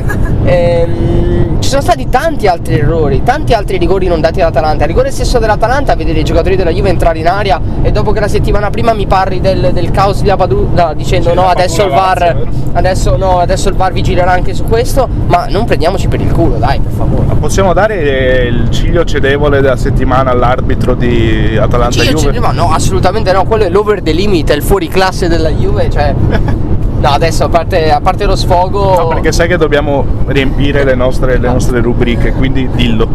ehm, ci sono stati tanti altri errori, tanti altri rigori non dati all'Atalanta. Il rigore stesso dell'Atalanta, vedere i giocatori della Juve entrare in aria e dopo che la settimana prima mi parli del, del caos di Lapadula dicendo Sì, no, la adesso il V A R, Padula Lazio, adesso no, adesso il V A R vigilerà anche su questo, ma non prendiamoci per il culo, dai, per favore. Ma possiamo dare eh, il ciglio cedevole della settimana all'arbitro di Atalanta Sì, io Juve? ci- ma no, assolutamente no, quello è l'over the limit, è il fuori classe della Juve, cioè no, adesso a parte, a parte lo sfogo, No, perché sai che dobbiamo riempire le nostre, le nostre rubriche, quindi dillo.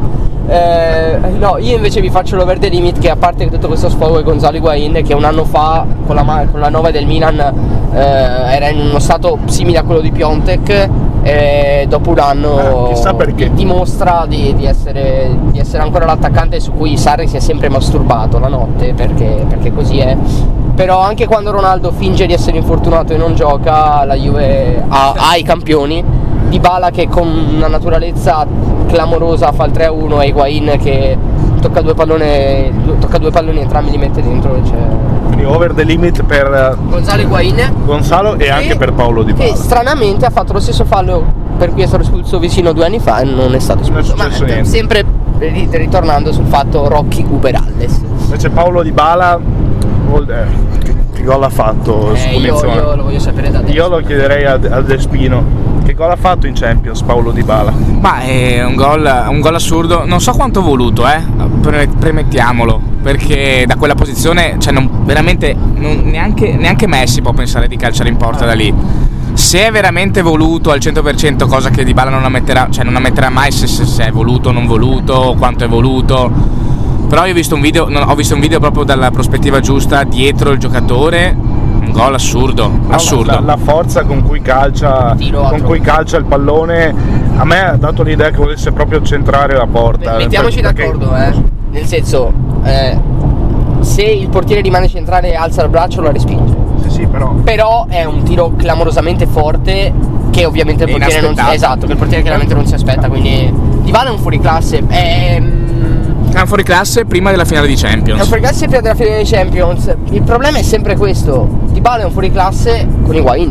eh, no, io invece vi faccio l'over the limit, che a parte tutto questo sfogo di Gonzalo Higuain, che un anno fa con la, ma- con la nove del Milan eh, era in uno stato simile a quello di Piontek, e dopo un anno Ah, chissà perché. di- dimostra di, di essere, di essere ancora l'attaccante su cui Sarri si è sempre masturbato la notte, perché, perché così è. Però anche quando Ronaldo finge di essere infortunato e non gioca, la Juve ha, ha i campioni. Dybala che con una naturalezza clamorosa fa il tre a uno e Higuain che tocca due palloni, tocca due palloni entrambi li mette dentro. E c'è Quindi over the limit per Gonzalo Higuain Gonzalo e che- anche per Paolo Di Bala. che stranamente ha fatto lo stesso fallo per cui è stato espulso vicino due anni fa e non è stato Non è espulso. successo Ma, eh, niente. sempre ri- ritornando sul fatto Rocky Uberalles. Invece Paolo Di Bala, vol- eh, che, che gol ha fatto su Eh, io, punizione? io lo voglio sapere da adesso. Io lo chiederei a, a Despino. Che gol ha fatto in Champions Paolo Di Bala? Ma è un gol, un gol assurdo, non so quanto voluto, eh, pre- premettiamolo. perché da quella posizione, cioè non, veramente non, neanche, neanche Messi può pensare di calciare in porta da lì. Se è veramente voluto al cento per cento, cosa che Dybala non ammetterà, cioè non ammetterà mai se, se, se è voluto o non voluto, quanto è voluto. Però io ho visto un video, no, ho visto un video proprio dalla prospettiva giusta, dietro il giocatore, un gol assurdo, no, assurdo. La, la forza con cui calcia, con cui calcia il pallone, a me ha dato l'idea che volesse proprio centrare la porta. Mettiamoci perché... d'accordo, eh. Nel senso, eh, se il portiere rimane centrale e alza il braccio lo respinge. Sì, sì, però. Però è un tiro clamorosamente forte che ovviamente il È portiere non si esatto, che il portiere chiaramente non si aspetta, quindi Dybala è un fuoriclasse. È, È un fuoriclasse prima della finale di Champions. È un fuoriclasse prima della finale di Champions. Il problema è sempre questo: Dybala è un fuoriclasse con Higuaín.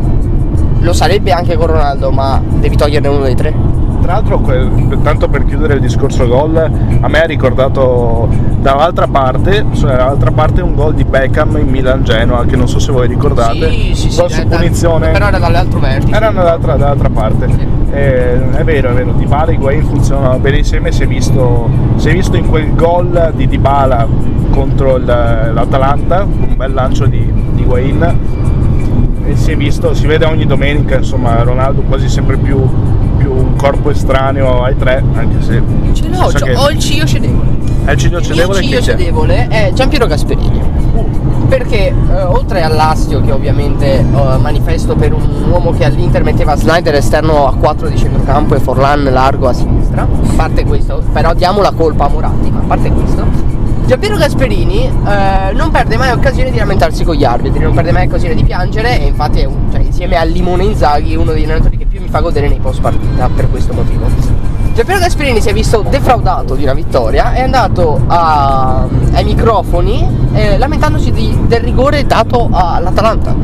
Lo sarebbe anche con Ronaldo, ma devi toglierne uno dei tre. Tra l'altro, tanto per chiudere il discorso gol, a me ha ricordato dall'altra parte, cioè dall'altra parte un gol di Beckham in Milan-Genoa, che non so se voi ricordate. Sì, sì, sì, gol su da, punizione. Però era dall'altro vertice. Era dall'altra, dall'altra parte. Sì. Eh, è vero, è vero, Dybala e Higuaín funzionano bene insieme. Si è visto, si è visto in quel gol di Dybala contro il, l'Atalanta, un bel lancio di, di Higuaín. E si è visto, si vede ogni domenica, insomma, Ronaldo quasi sempre più, più un corpo estraneo ai tre, anche se Ce l'ho, so cioè, che- ho il ciglio cedevole. è il ciglio Il mio cedevole ciglio che c'è. cedevole è Giampiero Gasperini. Perché eh, oltre all'astio che ovviamente eh, manifesto per un uomo che all'Inter metteva Snyder esterno a quattro di centrocampo e Forlan largo a sinistra, a parte questo, però diamo la colpa a Moratti, ma a parte questo, Giampiero Gasperini eh, non perde mai occasione di lamentarsi con gli arbitri, non perde mai occasione di piangere, e infatti è un, cioè, insieme a Limone Inzaghi uno degli allenatori che più mi fa godere nei post partita per questo motivo. Giampiero Gasperini si è visto defraudato di una vittoria, è andato a, ai microfoni eh, lamentandosi di, del rigore dato all'Atalanta.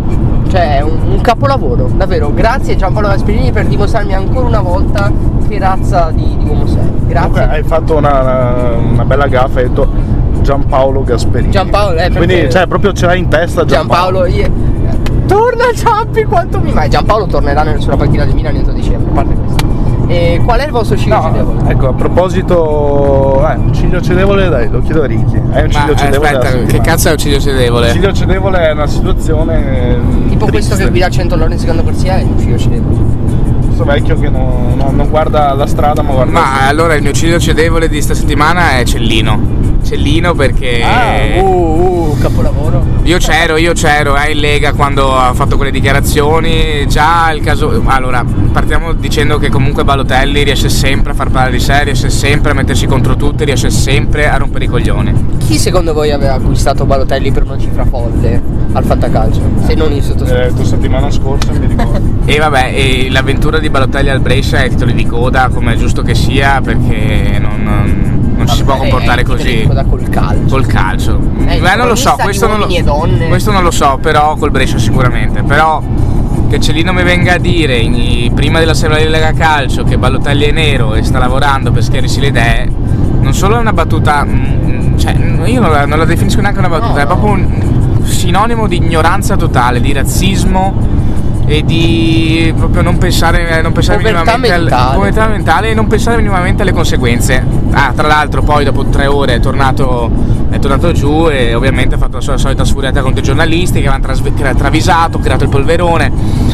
Cioè è un, un capolavoro, davvero. Grazie Giampaolo Gasperini per dimostrarmi ancora una volta che razza di, di uomo sei. Grazie. Comunque hai fatto una, una, una bella gaffa, hai detto Giampaolo Gasperini. Giampaolo, eh, perché- Quindi cioè proprio ce l'hai in testa Giampaolo, Giampaolo. io- torna Giampi quanto mi mai. Giampaolo tornerà nella sua partita di Milan entro dicembre, a parte questo. E qual è il vostro ciglio cedevole? No, ecco, a proposito, eh, un ciglio cedevole, dai, lo chiedo a Ricky. È un Ma ciglio eh, cedevole. aspetta, della che settimana. cazzo è un ciglio cedevole? Il ciglio cedevole è una situazione Tipo triste. questo che guida a cento all'ora in seconda corsia è un ciglio cedevole. Questo vecchio che non, non- non guarda la strada ma guarda. Ma allora il mio ciglio cedevole di sta settimana è Cellino. Cellino perché Ah, Uh, uh, capolavoro. io c'ero, io c'ero eh, in Lega quando ha fatto quelle dichiarazioni. Già il caso. Allora, partiamo dicendo che comunque Balotelli riesce sempre a far parlare di sé, riesce sempre a mettersi contro tutti, riesce sempre a rompere i coglioni. Chi secondo voi aveva acquistato Balotelli per una cifra folle al Fantacalcio? Se non il sottoscritto. Eh, tu settimana scorsa mi ricordo. E vabbè, e l'avventura di Balotelli al Brescia è titolo di coda, come è giusto che sia, perché non, non, non ci si può comportare così. Da col calcio. Col calcio. Eh, Beh, non lo so, cronista di questo non lo, uomini e donne. questo non lo so, però col Brescia sicuramente. Però che Cellino mi venga a dire in- prima dell'assemblea di Lega Calcio che Balotelli è nero e sta lavorando per schiarirsi le idee, non solo è una battuta, mm, cioè io non la, non la definisco neanche una battuta, No, è no. proprio un sinonimo di ignoranza totale, di razzismo e di proprio non pensare, non pensare Povertà minimamente alle, mentale. povertà mentale e non pensare minimamente alle conseguenze. Ah, tra l'altro poi dopo tre ore è tornato, è tornato giù e ovviamente ha fatto la sua solita sfuriata contro i giornalisti che avevano trasve- tra- travisato, creato il polverone.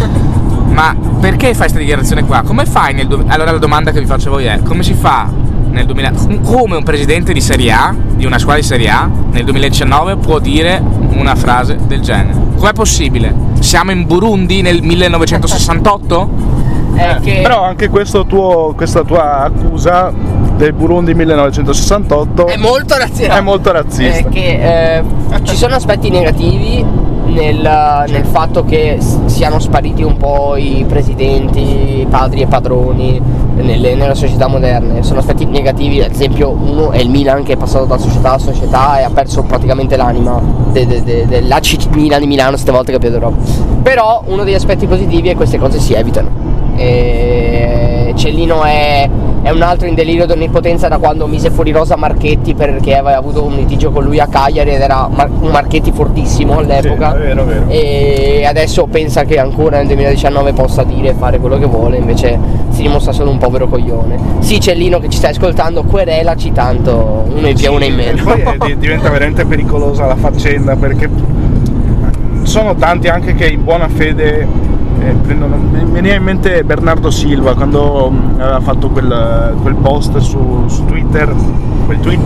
Ma perché fai questa dichiarazione qua? Come fai nel du- allora la domanda che vi faccio a voi è: come si fa nel duemila come un presidente di Serie A, di una squadra di Serie A, nel duemiladiciannove può dire una frase del genere? Com'è possibile? Siamo in Burundi nel millenovecentosessantotto? È che Però anche questo tuo, questa tua accusa del Burundi millenovecentosessantotto è molto razzista. è molto razzista. È che eh, ci sono aspetti negativi nel, nel fatto che s- siano spariti un po' i presidenti, padri e padroni nelle, nelle società moderne. Sono aspetti negativi, ad esempio uno è il Milan che è passato da società a società e ha perso praticamente l'anima de, de, de, dell'A C Milan di Milano queste volte campionato d'Europa. Però uno degli aspetti positivi è che queste cose si evitano. E Cellino è è un altro in delirio di onnipotenza da quando mise fuori Rosa Marchetti perché aveva avuto un litigio con lui a Cagliari ed era Mar- un Marchetti fortissimo all'epoca. Sì, è vero, è vero. E adesso pensa che ancora nel duemiladiciannove possa dire e fare quello che vuole, invece si dimostra solo un povero coglione. Sì, Cellino che ci stai ascoltando, querelaci, tanto uno in più e uno in meno. Poi è- diventa veramente pericolosa la faccenda, perché sono tanti anche che in buona fede eh, prendono. Mi veniva in mente Bernardo Silva quando mh, aveva fatto quel, quel post su, su Twitter, quel tweet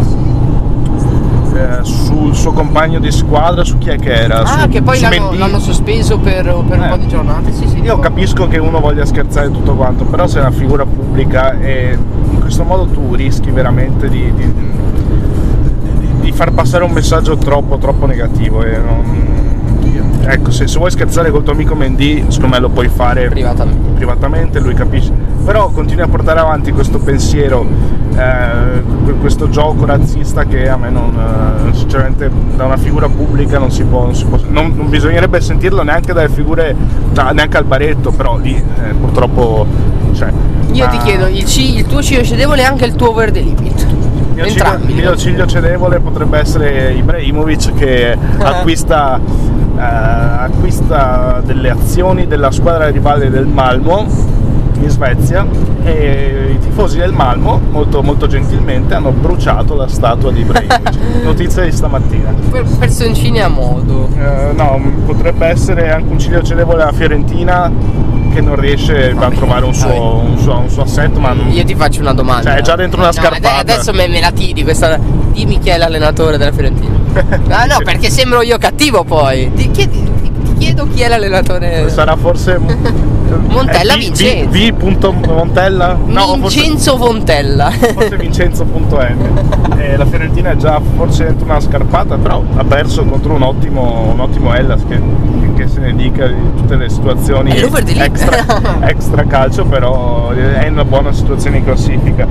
eh, sul suo compagno di squadra, su chi è che era? Ah, su, che poi su l'hanno, Mendy. l'hanno sospeso per, per un Eh. po' di giornate. Sì, sì. Io capisco che uno voglia scherzare e tutto quanto, però sei una figura pubblica e in questo modo tu rischi veramente di, di, di, di far passare un messaggio troppo troppo negativo e non- ecco, se, se vuoi scherzare col tuo amico Mendy, secondo me lo puoi fare Privatamente. privatamente, lui capisce, però continui a portare avanti questo pensiero, eh, questo gioco razzista che a me non, eh, sinceramente da una figura pubblica non si può, non, si può, non, non bisognerebbe sentirlo neanche dalle figure, da- neanche al baretto, però lì eh, purtroppo cioè, Io ma- ti chiedo, il, C- il tuo ciglio cedevole è anche il tuo over the limit? il mio ciglio, Entrambi. il mio ciglio cedevole potrebbe essere Ibrahimovic che acquista, eh, acquista delle azioni della squadra rivale del Malmo in Svezia e i tifosi del Malmo molto, molto gentilmente hanno bruciato la statua di Ibrahimovic. Notizia di stamattina. Per personcini a modo. Eh, no, potrebbe essere anche un ciglio cedevole alla Fiorentina che non riesce a trovare un suo, un suo, un suo assetto, ma non... Io ti faccio una domanda. Cioè, è già dentro una No, scarpata. ade- Adesso me, me la tiri questa. Dimmi chi è l'allenatore della Fiorentina. Ah no, perché sembro io cattivo poi. Ti, chiedi- ti- ti chiedo chi è l'allenatore. sarà forse Montella eh, V- Vincenzo. V- V. Montella? No, forse, Vincenzo Vontella. forse Vincenzo.m. Eh, la Fiorentina è già forse dentro una scarpata, però ha perso contro un ottimo, un ottimo Hellas che, che se ne dica di tutte le situazioni È l'over the limit. extra, extra calcio, però è in una buona situazione in classifica.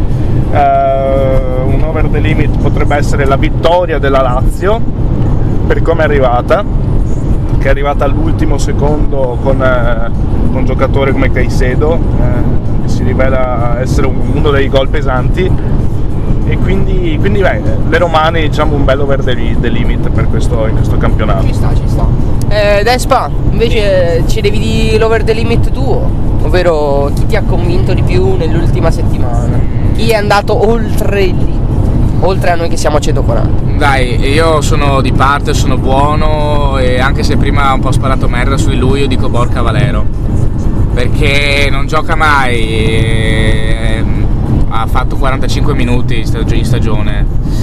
Eh, un over the limit potrebbe essere la vittoria della Lazio per come è arrivata, che è arrivata all'ultimo secondo con, eh, con un giocatore come Caicedo, eh, che si rivela essere un- uno dei gol pesanti, e quindi, quindi beh, le romane diciamo un bel over the, the limit per questo, in questo campionato. Ci sta, ci sta. Eh, Despa, invece ci devi dire l'over the limit tuo, ovvero chi ti ha convinto di più nell'ultima settimana? Chi è andato oltre il limite? Oltre a noi che siamo a centoquaranta. Dai, io sono di parte, sono buono e anche se prima ho un po' sparato merda su di lui, io dico Borca Valero. Perché non gioca mai, e, ha fatto quarantacinque minuti in stag- in stagione.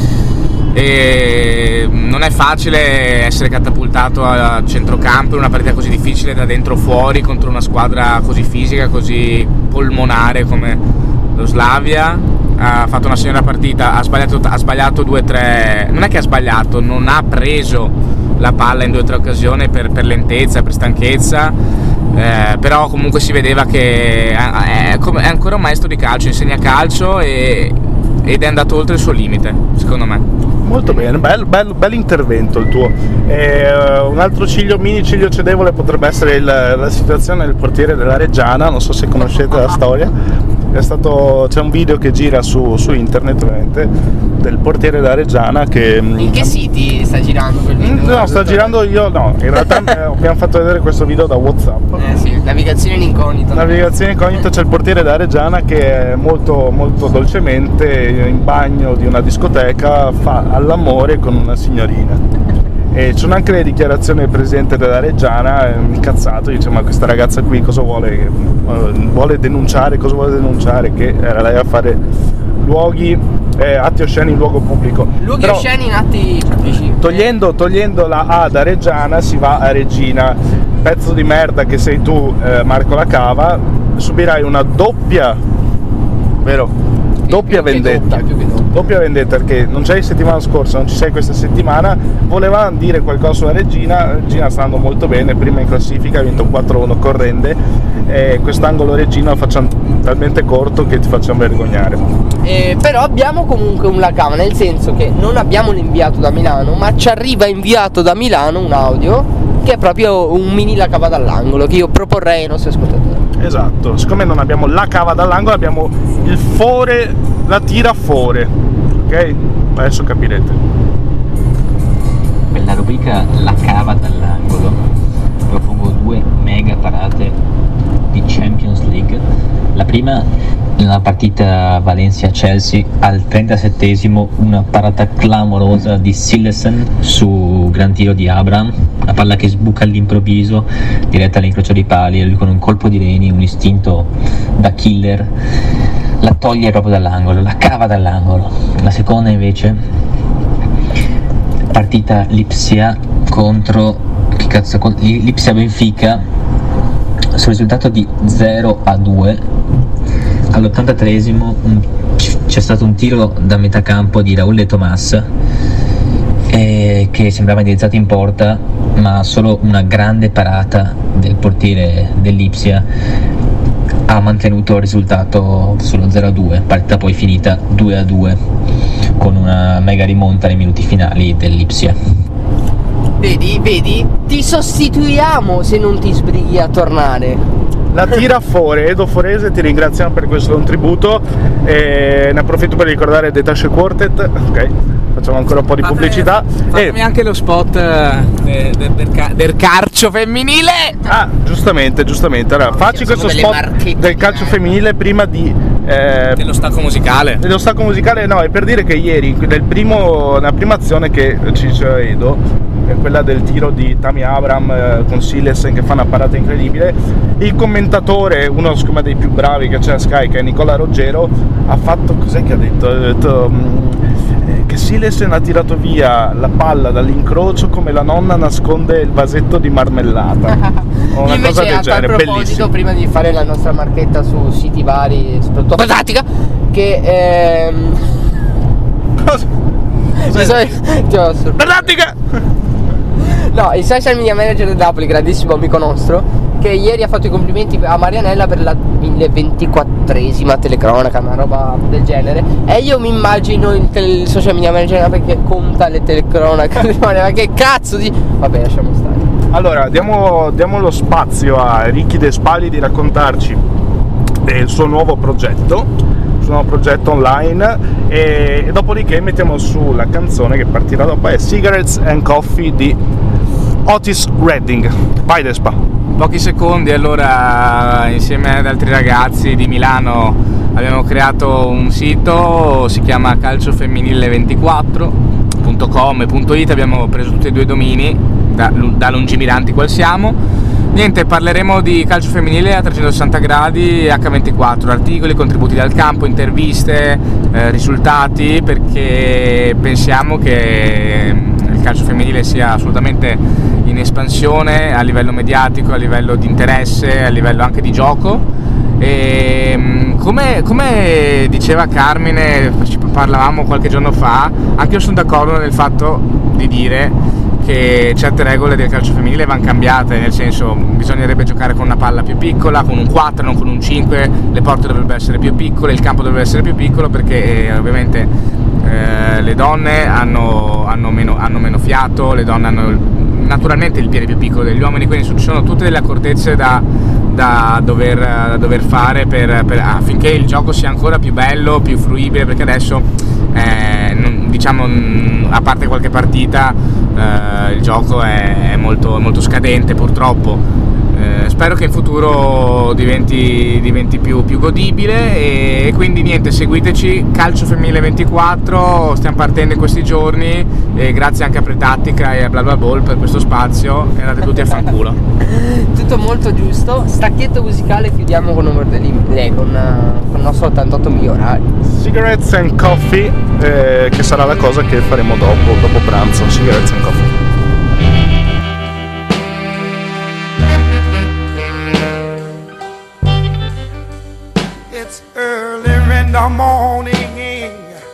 E non è facile essere catapultato a centrocampo in una partita così difficile da dentro fuori contro una squadra così fisica, così polmonare come lo Slavia. Ha fatto una signora partita, ha sbagliato, ha sbagliato due o tre, non è che ha sbagliato, non ha preso la palla in due o tre occasioni per, per lentezza, per stanchezza, eh, però comunque si vedeva che è, è, come- è ancora un maestro di calcio, insegna calcio e, ed è andato oltre il suo limite, secondo me. Molto bene, bel, bel, bel intervento il tuo. E, uh, un altro ciglio, mini ciglio cedevole potrebbe essere il- la situazione del portiere della Reggiana, non so se conoscete la storia. È stato, c'è un video che gira su, su internet ovviamente del portiere della Reggiana che... In che siti sta girando quel video? Mm, No, sta girando io, no, in realtà eh, abbiamo fatto vedere questo video da WhatsApp. Eh sì, navigazione in incognito. Navigazione incognita, c'è il portiere della Reggiana che è molto molto dolcemente in bagno di una discoteca fa all'amore con una signorina. E ci sono anche le dichiarazioni del presidente della Reggiana, eh, incazzato, dice ma questa ragazza qui cosa vuole? Eh, Vuole denunciare, cosa vuole denunciare? Che era lei a fare luoghi, eh, atti osceni in luogo pubblico. Luoghi Però, osceni in atti pubblici. Togliendo, togliendo la A da Reggiana si va a Regina. Pezzo di merda che sei tu, eh, Marco La Cava, subirai una doppia, vero? Doppia Più che vendetta. doppia, più che doppia. Doppia vendetta perché non c'eri settimana scorsa, non ci sei questa settimana. Voleva dire qualcosa sulla Regina. Regina sta andando molto bene, prima in classifica, ha vinto quattro a uno con Rende. E quest'angolo Regina lo facciamo talmente corto che ti facciamo vergognare. Eh, però abbiamo comunque un La Cava, nel senso che non abbiamo l'inviato da Milano, ma ci arriva inviato da Milano un audio che è proprio un mini La Cava dall'angolo che io proporrei ai nostri ascoltatori. Esatto, siccome non abbiamo la cava dall'angolo, abbiamo il fore, la tira fuori, ok? Adesso capirete. Per la rubrica La cava dall'angolo propongo due mega parate di Champions League. La prima, nella partita Valencia-Chelsea, al trentasettesimo, una parata clamorosa di Sillesen su gran tiro di Abraham, una palla che sbuca all'improvviso diretta all'incrocio dei pali, e lui con un colpo di reni, un istinto da killer, la toglie proprio dall'angolo, la cava dall'angolo. La seconda invece, partita Lipsia contro che cazzo, Lipsia Benfica, sul risultato di zero a due. All'ottantatreesimo c'è stato un tiro da metà campo di Raúl de Tomàs eh, che sembrava indirizzato in porta, ma solo una grande parata del portiere dell'Ipsia ha mantenuto il risultato sullo zero a due, partita poi finita due a due con una mega rimonta nei minuti finali dell'Ipsia. Vedi, vedi, ti sostituiamo se non ti sbrighi a tornare. La tira fuori, Edo Forese, ti ringraziamo per questo contributo e ne approfitto per ricordare Detache Quartet, ok? Facciamo ancora un po' di Fate, pubblicità. Fatemi e... anche anche lo spot eh, del, del, ca- del calcio femminile. Ah, giustamente, giustamente. Allora, facci questo spot del calcio femminile prima di... Eh, dello stacco musicale. Dello stacco musicale, no, è per dire che ieri, nel primo, nella prima azione che ci diceva Edo, quella del tiro di Tammy Abraham eh, con Sillesen che fa una parata incredibile, il commentatore, uno secondo me dei più bravi che c'è a Sky, che è Nicola Roggero, ha fatto, cos'è che ha detto? Ha detto mh, che Sillesen ha tirato via la palla dall'incrocio come la nonna nasconde il vasetto di marmellata o una Invece, cosa del a genere, tal proposito, bellissimo. prima di fare la nostra marchetta su siti vari, soprattutto Patatica, che ehm... Cosa? Patatica! No, il social media manager del Napoli, grandissimo amico nostro, che ieri ha fatto i complimenti a Marianella per la milleventisquattresima telecronaca, una roba del genere. E io mi immagino il, tele, il social media manager perché conta le telecronache. Ma che cazzo di... Vabbè, lasciamo stare. Allora, diamo, diamo lo spazio a Ricky De Spali di raccontarci del suo nuovo progetto, il suo nuovo progetto online, e, e dopodiché mettiamo su la canzone che partirà dopo, è Cigarettes and Coffee di Otis Redding. Vai Despa. Pochi secondi, allora, insieme ad altri ragazzi di Milano abbiamo creato un sito, si chiama calcio femminile ventiquattro punto com e .it, abbiamo preso tutti e due i domini da, da lungimiranti qual siamo. Niente, parleremo di calcio femminile a trecentosessanta gradi, acca ventiquattro, articoli, contributi dal campo, interviste, eh, risultati, perché pensiamo che il calcio femminile sia assolutamente in espansione a livello mediatico, a livello di interesse, a livello anche di gioco. E come, come diceva Carmine, ci parlavamo qualche giorno fa, anche io sono d'accordo nel fatto di dire che certe regole del calcio femminile vanno cambiate, nel senso bisognerebbe giocare con una palla più piccola, con un quattro, non con un cinque, le porte dovrebbero essere più piccole, il campo dovrebbe essere più piccolo, perché eh, ovviamente eh, le donne hanno, hanno, meno, hanno meno fiato, le donne hanno naturalmente il piede più piccolo degli uomini, quindi ci sono tutte delle accortezze da, da, dover, da dover fare per, per, affinché il gioco sia ancora più bello, più fruibile, perché adesso eh, non, diciamo a parte qualche partita eh, il gioco è, è molto, molto scadente purtroppo. Eh, spero che in futuro diventi, diventi più, più godibile, e, e quindi niente, seguiteci, Calcio Femminile ventiquattro, stiamo partendo in questi giorni, e grazie anche a Pretattica e a Bla Bla Ball per questo spazio, e andate tutti a fanculo. Tutto molto giusto. Stacchetto musicale, chiudiamo con, un, eh, con, uh, con il nostro ottantotto migliorari. Cigarettes and Coffee, eh, che sarà la cosa che faremo dopo, dopo pranzo. Cigarettes and Coffee. It's early in the morning,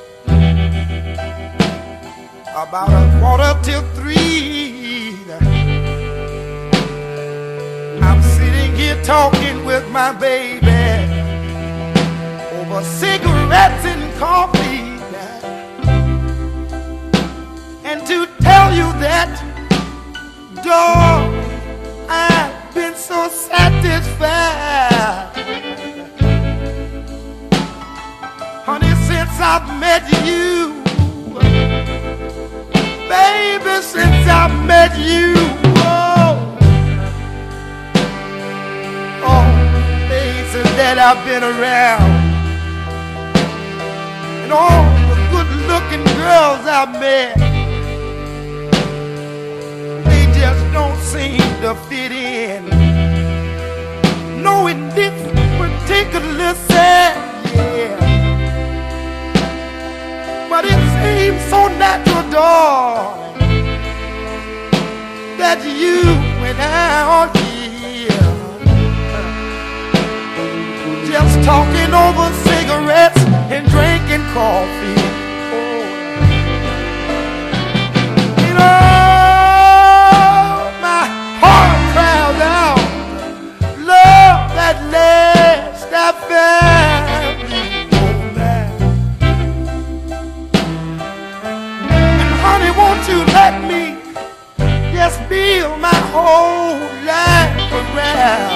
about a quarter till three. I'm sitting here talking with my baby over cigarettes and coffee, and to tell you that, dog, I've been so satisfied. I've met you, baby, since I've met you. Oh, all the places that I've been around, and all the good-looking girls I've met, they just don't seem to fit in. No, in this particular set, yeah. But it seems so natural, darling, that you and I are here, just talking over cigarettes and drinking coffee. Oh. You know, my heart cries out, love that last I found you, oh man. And honey, won't you let me just build my whole life around?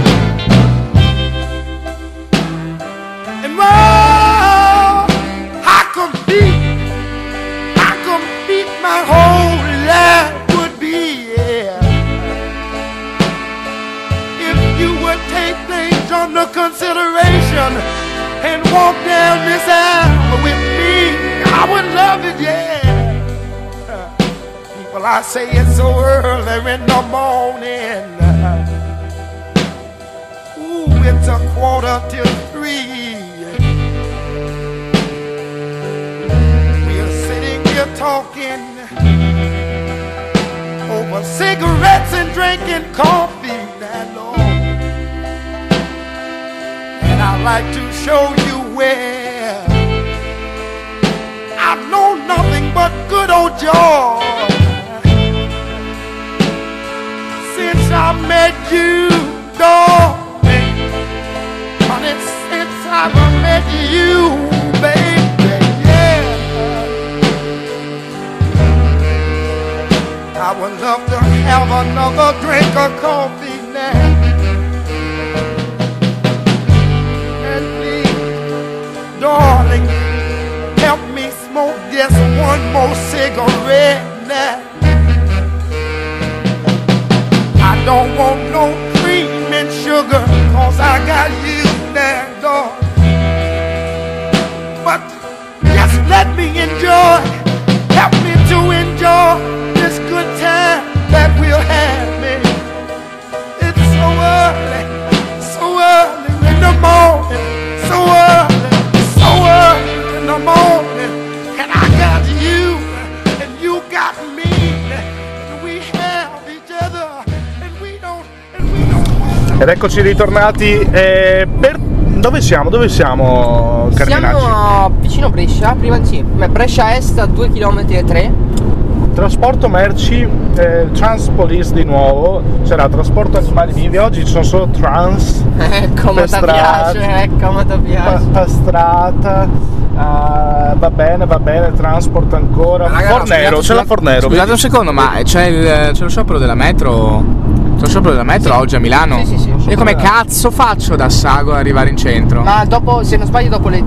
And well, I compete, I compete my whole life would be, yeah. If you would take things under consideration and walk down this aisle with me, I would love it, yeah. People, I say it's so early in the morning. Ooh, it's a quarter till three. We're sitting here talking over cigarettes and drinking coffee that long. And I'd like to show you where I know nothing but good old joy since I met you, darling. Honey, since I've met you, baby, yeah. I would love to have another drink of coffee now. And please, darling, help me smoke just one more cigarette now. I don't want no cream and sugar, cause I got you now, darling. But just let me enjoy, help me to enjoy this good time that we'll have, man. It's so early, so early in the morning, so early, so early in the morning. And I got you, and you got me, and we have each other, and we don't, and we don't. Ed eccoci ritornati. Eh, per dove siamo? Dove siamo, Carminacci? Siamo vicino Brescia, prima sì, Brescia Est a due virgola tre chilometri. Trasporto merci, eh, Transpolis di nuovo, c'era trasporto animali vivi, oggi ci sono solo trans. Eh, come ti piace, eh, come ti piace. Pastrata, uh, va bene, va bene, transport ancora. Raga, Fornero, no, c'è la Fornero. Scusate un secondo, ma c'è, il, c'è lo sciopero della metro? C'è lo sciopero della metro Sì. oggi a Milano? Sì, sì, sì. Io come cazzo faccio da Sago ad arrivare in centro? Ma dopo, se non sbaglio, dopo le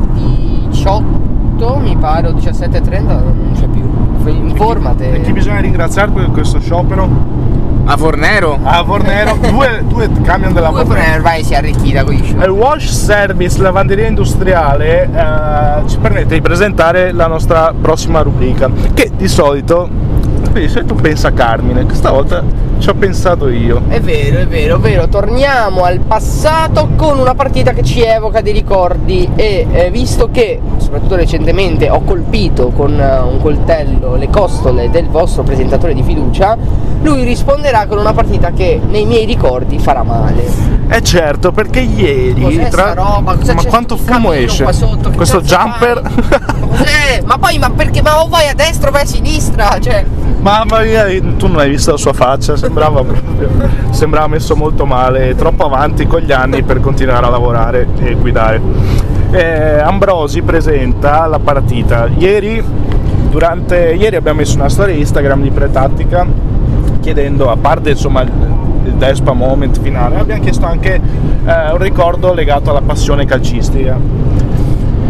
diciotto, mi pare, o diciassette e trenta, non c'è più. Informate. E chi bisogna ringraziare per questo sciopero? A Fornero? A Fornero, due, due camion della Due Fornero. ormai si è arricchita con gli Il scioperi. Wash Service Lavanderia Industriale eh, ci permette di presentare la nostra prossima rubrica, che di solito, quindi se tu pensa a Carmine, questa volta ci ho pensato io. È vero, è vero, è vero, torniamo al passato con una partita che ci evoca dei ricordi e eh, visto che, soprattutto recentemente, ho colpito con uh, un coltello le costole del vostro presentatore di fiducia, lui risponderà con una partita che nei miei ricordi farà male. Eh certo, perché ieri Cos'è tra... sta roba? Cosa ma c'è quanto sto fumo camino esce? qua sotto? Che Questo cazzo jumper fai? Cos'è? Ma poi, ma perché? Ma o vai a destra o vai a sinistra? Cioè... Mamma mia, tu non hai visto la sua faccia, sembrava proprio, sembrava messo molto male, troppo avanti con gli anni per continuare a lavorare e guidare. Eh, Ambrosi presenta la partita. Ieri, durante, ieri abbiamo messo una storia Instagram di Pretattica chiedendo, a parte insomma il, il Despa Moment finale, abbiamo chiesto anche eh, un ricordo legato alla passione calcistica.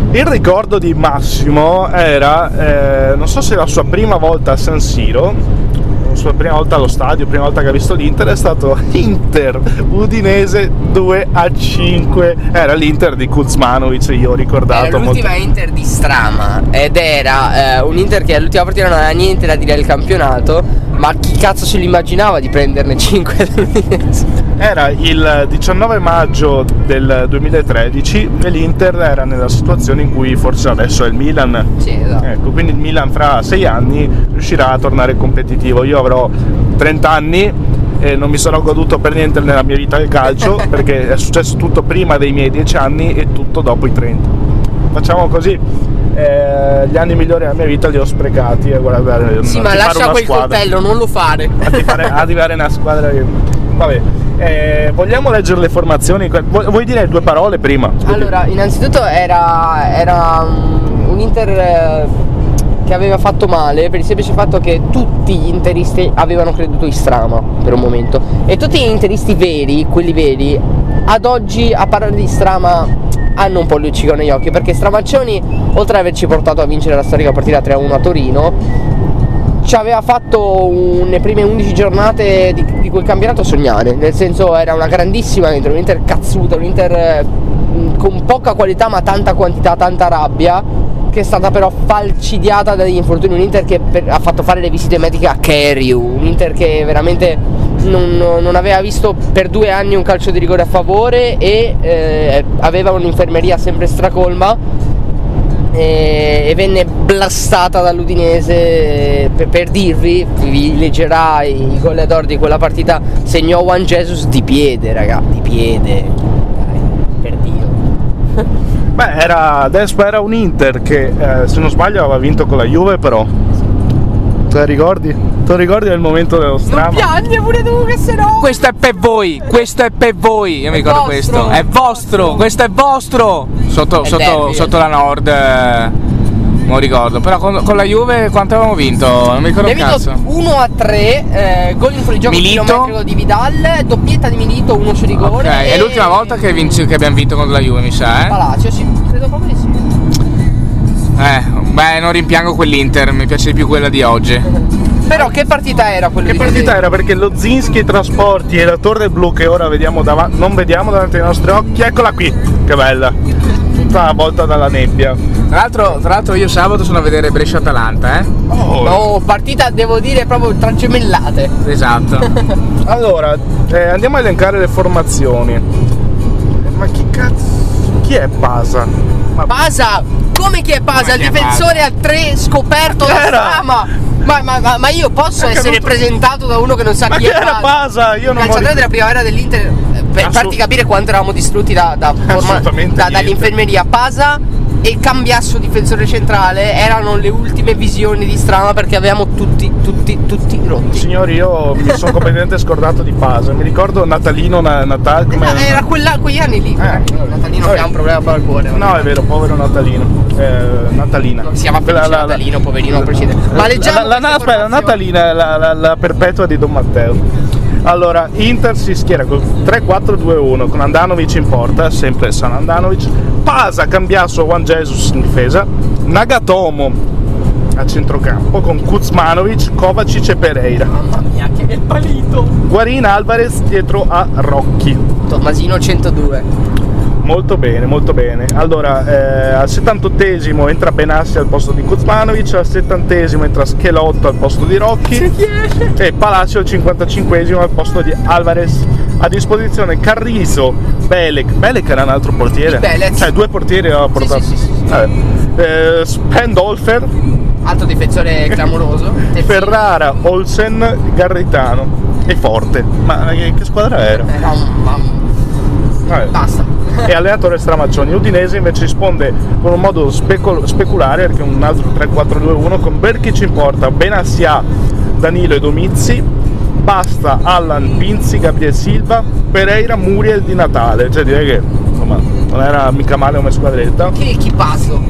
Il ricordo di Massimo era, eh, non so se la sua prima volta a San Siro, la sua prima volta allo stadio, prima volta che ha visto l'Inter, è stato Inter Udinese due a cinque. Era l'Inter di Kuzmanovic, io ho ricordato. Era l'ultima molto... Inter di Strama ed era eh, un Inter che all'ultima partita non aveva niente da dire al campionato, ma chi cazzo se l'immaginava di prenderne cinque dall'Udinese? Era il diciannove maggio del duemilatredici e l'Inter era nella situazione in cui forse adesso è il Milan. Sì, esatto. Ecco, quindi il Milan fra sei anni riuscirà a tornare competitivo. Io avrò trenta anni e non mi sarò goduto per niente nella mia vita il calcio perché è successo tutto prima dei miei dieci anni e tutto dopo i trenta. Facciamo così. Eh, gli anni migliori della mia vita li ho sprecati a guardare. Sì, a ma tifare lascia una quel squadra. coltello, non lo fare. A tifare, a tifare una squadra che... Vabbè, eh, vogliamo leggere le formazioni? Vu- vuoi dire due parole prima? Allora, innanzitutto era, era um, un Inter eh, che aveva fatto male per il semplice fatto che tutti gli interisti avevano creduto in Strama per un momento, e tutti gli interisti veri, quelli veri, ad oggi a parlare di Strama hanno un po' luccico negli occhi, perché Stramaccioni, oltre ad averci portato a vincere la storica partita tre a uno a Torino, ci aveva fatto un, le prime undici giornate di, di quel campionato sognare, nel senso era una grandissima Inter, un Inter cazzuta, un Inter mh, con poca qualità ma tanta quantità, tanta rabbia, che è stata però falcidiata dagli infortuni, un Inter che per, ha fatto fare le visite mediche a Keriu, un Inter che veramente non, non aveva visto per due anni un calcio di rigore a favore e eh, aveva un'infermeria sempre stracolma. E venne blastata dall'Udinese. Per, per dirvi, vi leggerà i gol d'oro di quella partita, segnò Juan Jesus di piede, raga, di piede. Dai, per Dio. Beh, era, adesso era un Inter che eh, se non sbaglio aveva vinto con la Juve, però te la ricordi? Te lo ricordi del momento dello Strama? Non piange pure tu, che se no. Questo è per voi, questo è per voi. Io mi ricordo vostro. questo. È vostro, questo è vostro. Sotto, È sotto, derby, sotto eh. la Nord. eh, Non ricordo. Però con, con la Juve quanto avevamo vinto? Non mi ricordo un Abbiamo cazzo. vinto uno a tre, eh, gol in fuorigioco Milito. chilometrico di Vidal, doppietta di Milito, uno su rigore. Ok, e... è l'ultima volta che, vinci, che abbiamo vinto contro la Juve, mi sa, eh? Palacio, sì, credo proprio di sì. Eh, beh, non rimpiango quell'Inter, mi piace di più quella di oggi. Però che partita era quella Che di partita ieri? era? Perché lo Zinski Trasporti e la Torre Blu che ora vediamo davanti, non vediamo davanti ai nostri occhi, eccola qui, che bella, tutta avvolta dalla nebbia. Tra l'altro, tra l'altro io sabato sono a vedere Brescia-Atalanta, eh? Oh. Oh, partita devo dire proprio tra gemellate. Esatto. Allora, eh, andiamo a elencare le formazioni. Ma chi cazzo, chi è Pasa? Ma Pasa, come chi è Pasa? Il chi è difensore a tre scoperto da Era? Strama. Ma, ma, ma, ma io posso Ma che essere non- presentato da uno che non sa Ma chi chi è era Pasa? Io Il non calciatore voglio- della primavera dell'Inter, eh, per Assolut- farti capire quanto eravamo distrutti da, da forma- Assolutamente da- niente. dall'infermeria. Pasa e Cambiasso difensore centrale erano le ultime visioni di Strama, perché avevamo tutti, tutti, tutti rotti. Signori, io mi sono completamente scordato di Pasa. Mi ricordo Natalino, na- Natale, come No, era quella, quegli anni lì. Eh. Natalino Vabbè. che ha un problema per il cuore. No, è vero, povero Natalino. Eh, Natalina. Si chiama Quella- Felice la- la- Natalino, poverino, precedente. Ma leggiamo la, la, queste la, aspetta, la informazioni. Natalina è la, la, la perpetua di Don Matteo. Allora, Inter si schiera con tre quattro due uno con Andanovic in porta, sempre San Andanovic, Pasa, Cambiasso, Juan Jesus in difesa, Nagatomo a centrocampo con Kuzmanovic, Kovacic e Pereira, Mamma mia, che palito. Guarin, Alvarez dietro a Rocchi. Tommasino centodue. Molto bene, molto bene. Allora, eh, al settantottesimo entra Benassi al posto di Kuzmanovic, al settantesimo entra Schelotto al posto di Rocchi e Palacio al cinquantacinquesimo al posto di Alvarez. A disposizione Carrizo, Belek. Belek era un altro portiere? Belez. Cioè, due portieri aveva portato. sì, sì, sì, sì. Vabbè. Eh, Spendolfer, Altro difensore clamoroso. Terzino. Ferrara, Olsen, Garritano e Forte. Ma che, che squadra era? Era un... ma- Vabbè. Basta. E allenatore Stramaccioni. Udinese invece risponde con un modo specul- speculare, perché è un altro tre quattro due uno con Berkic in porta, Benassia, Danilo e Domizzi, Basta, Allan, Pinzi, Gabriel Silva, Pereira, Muriel Di Natale. Cioè direi che insomma non era mica male come squadretta. Che equipaggio.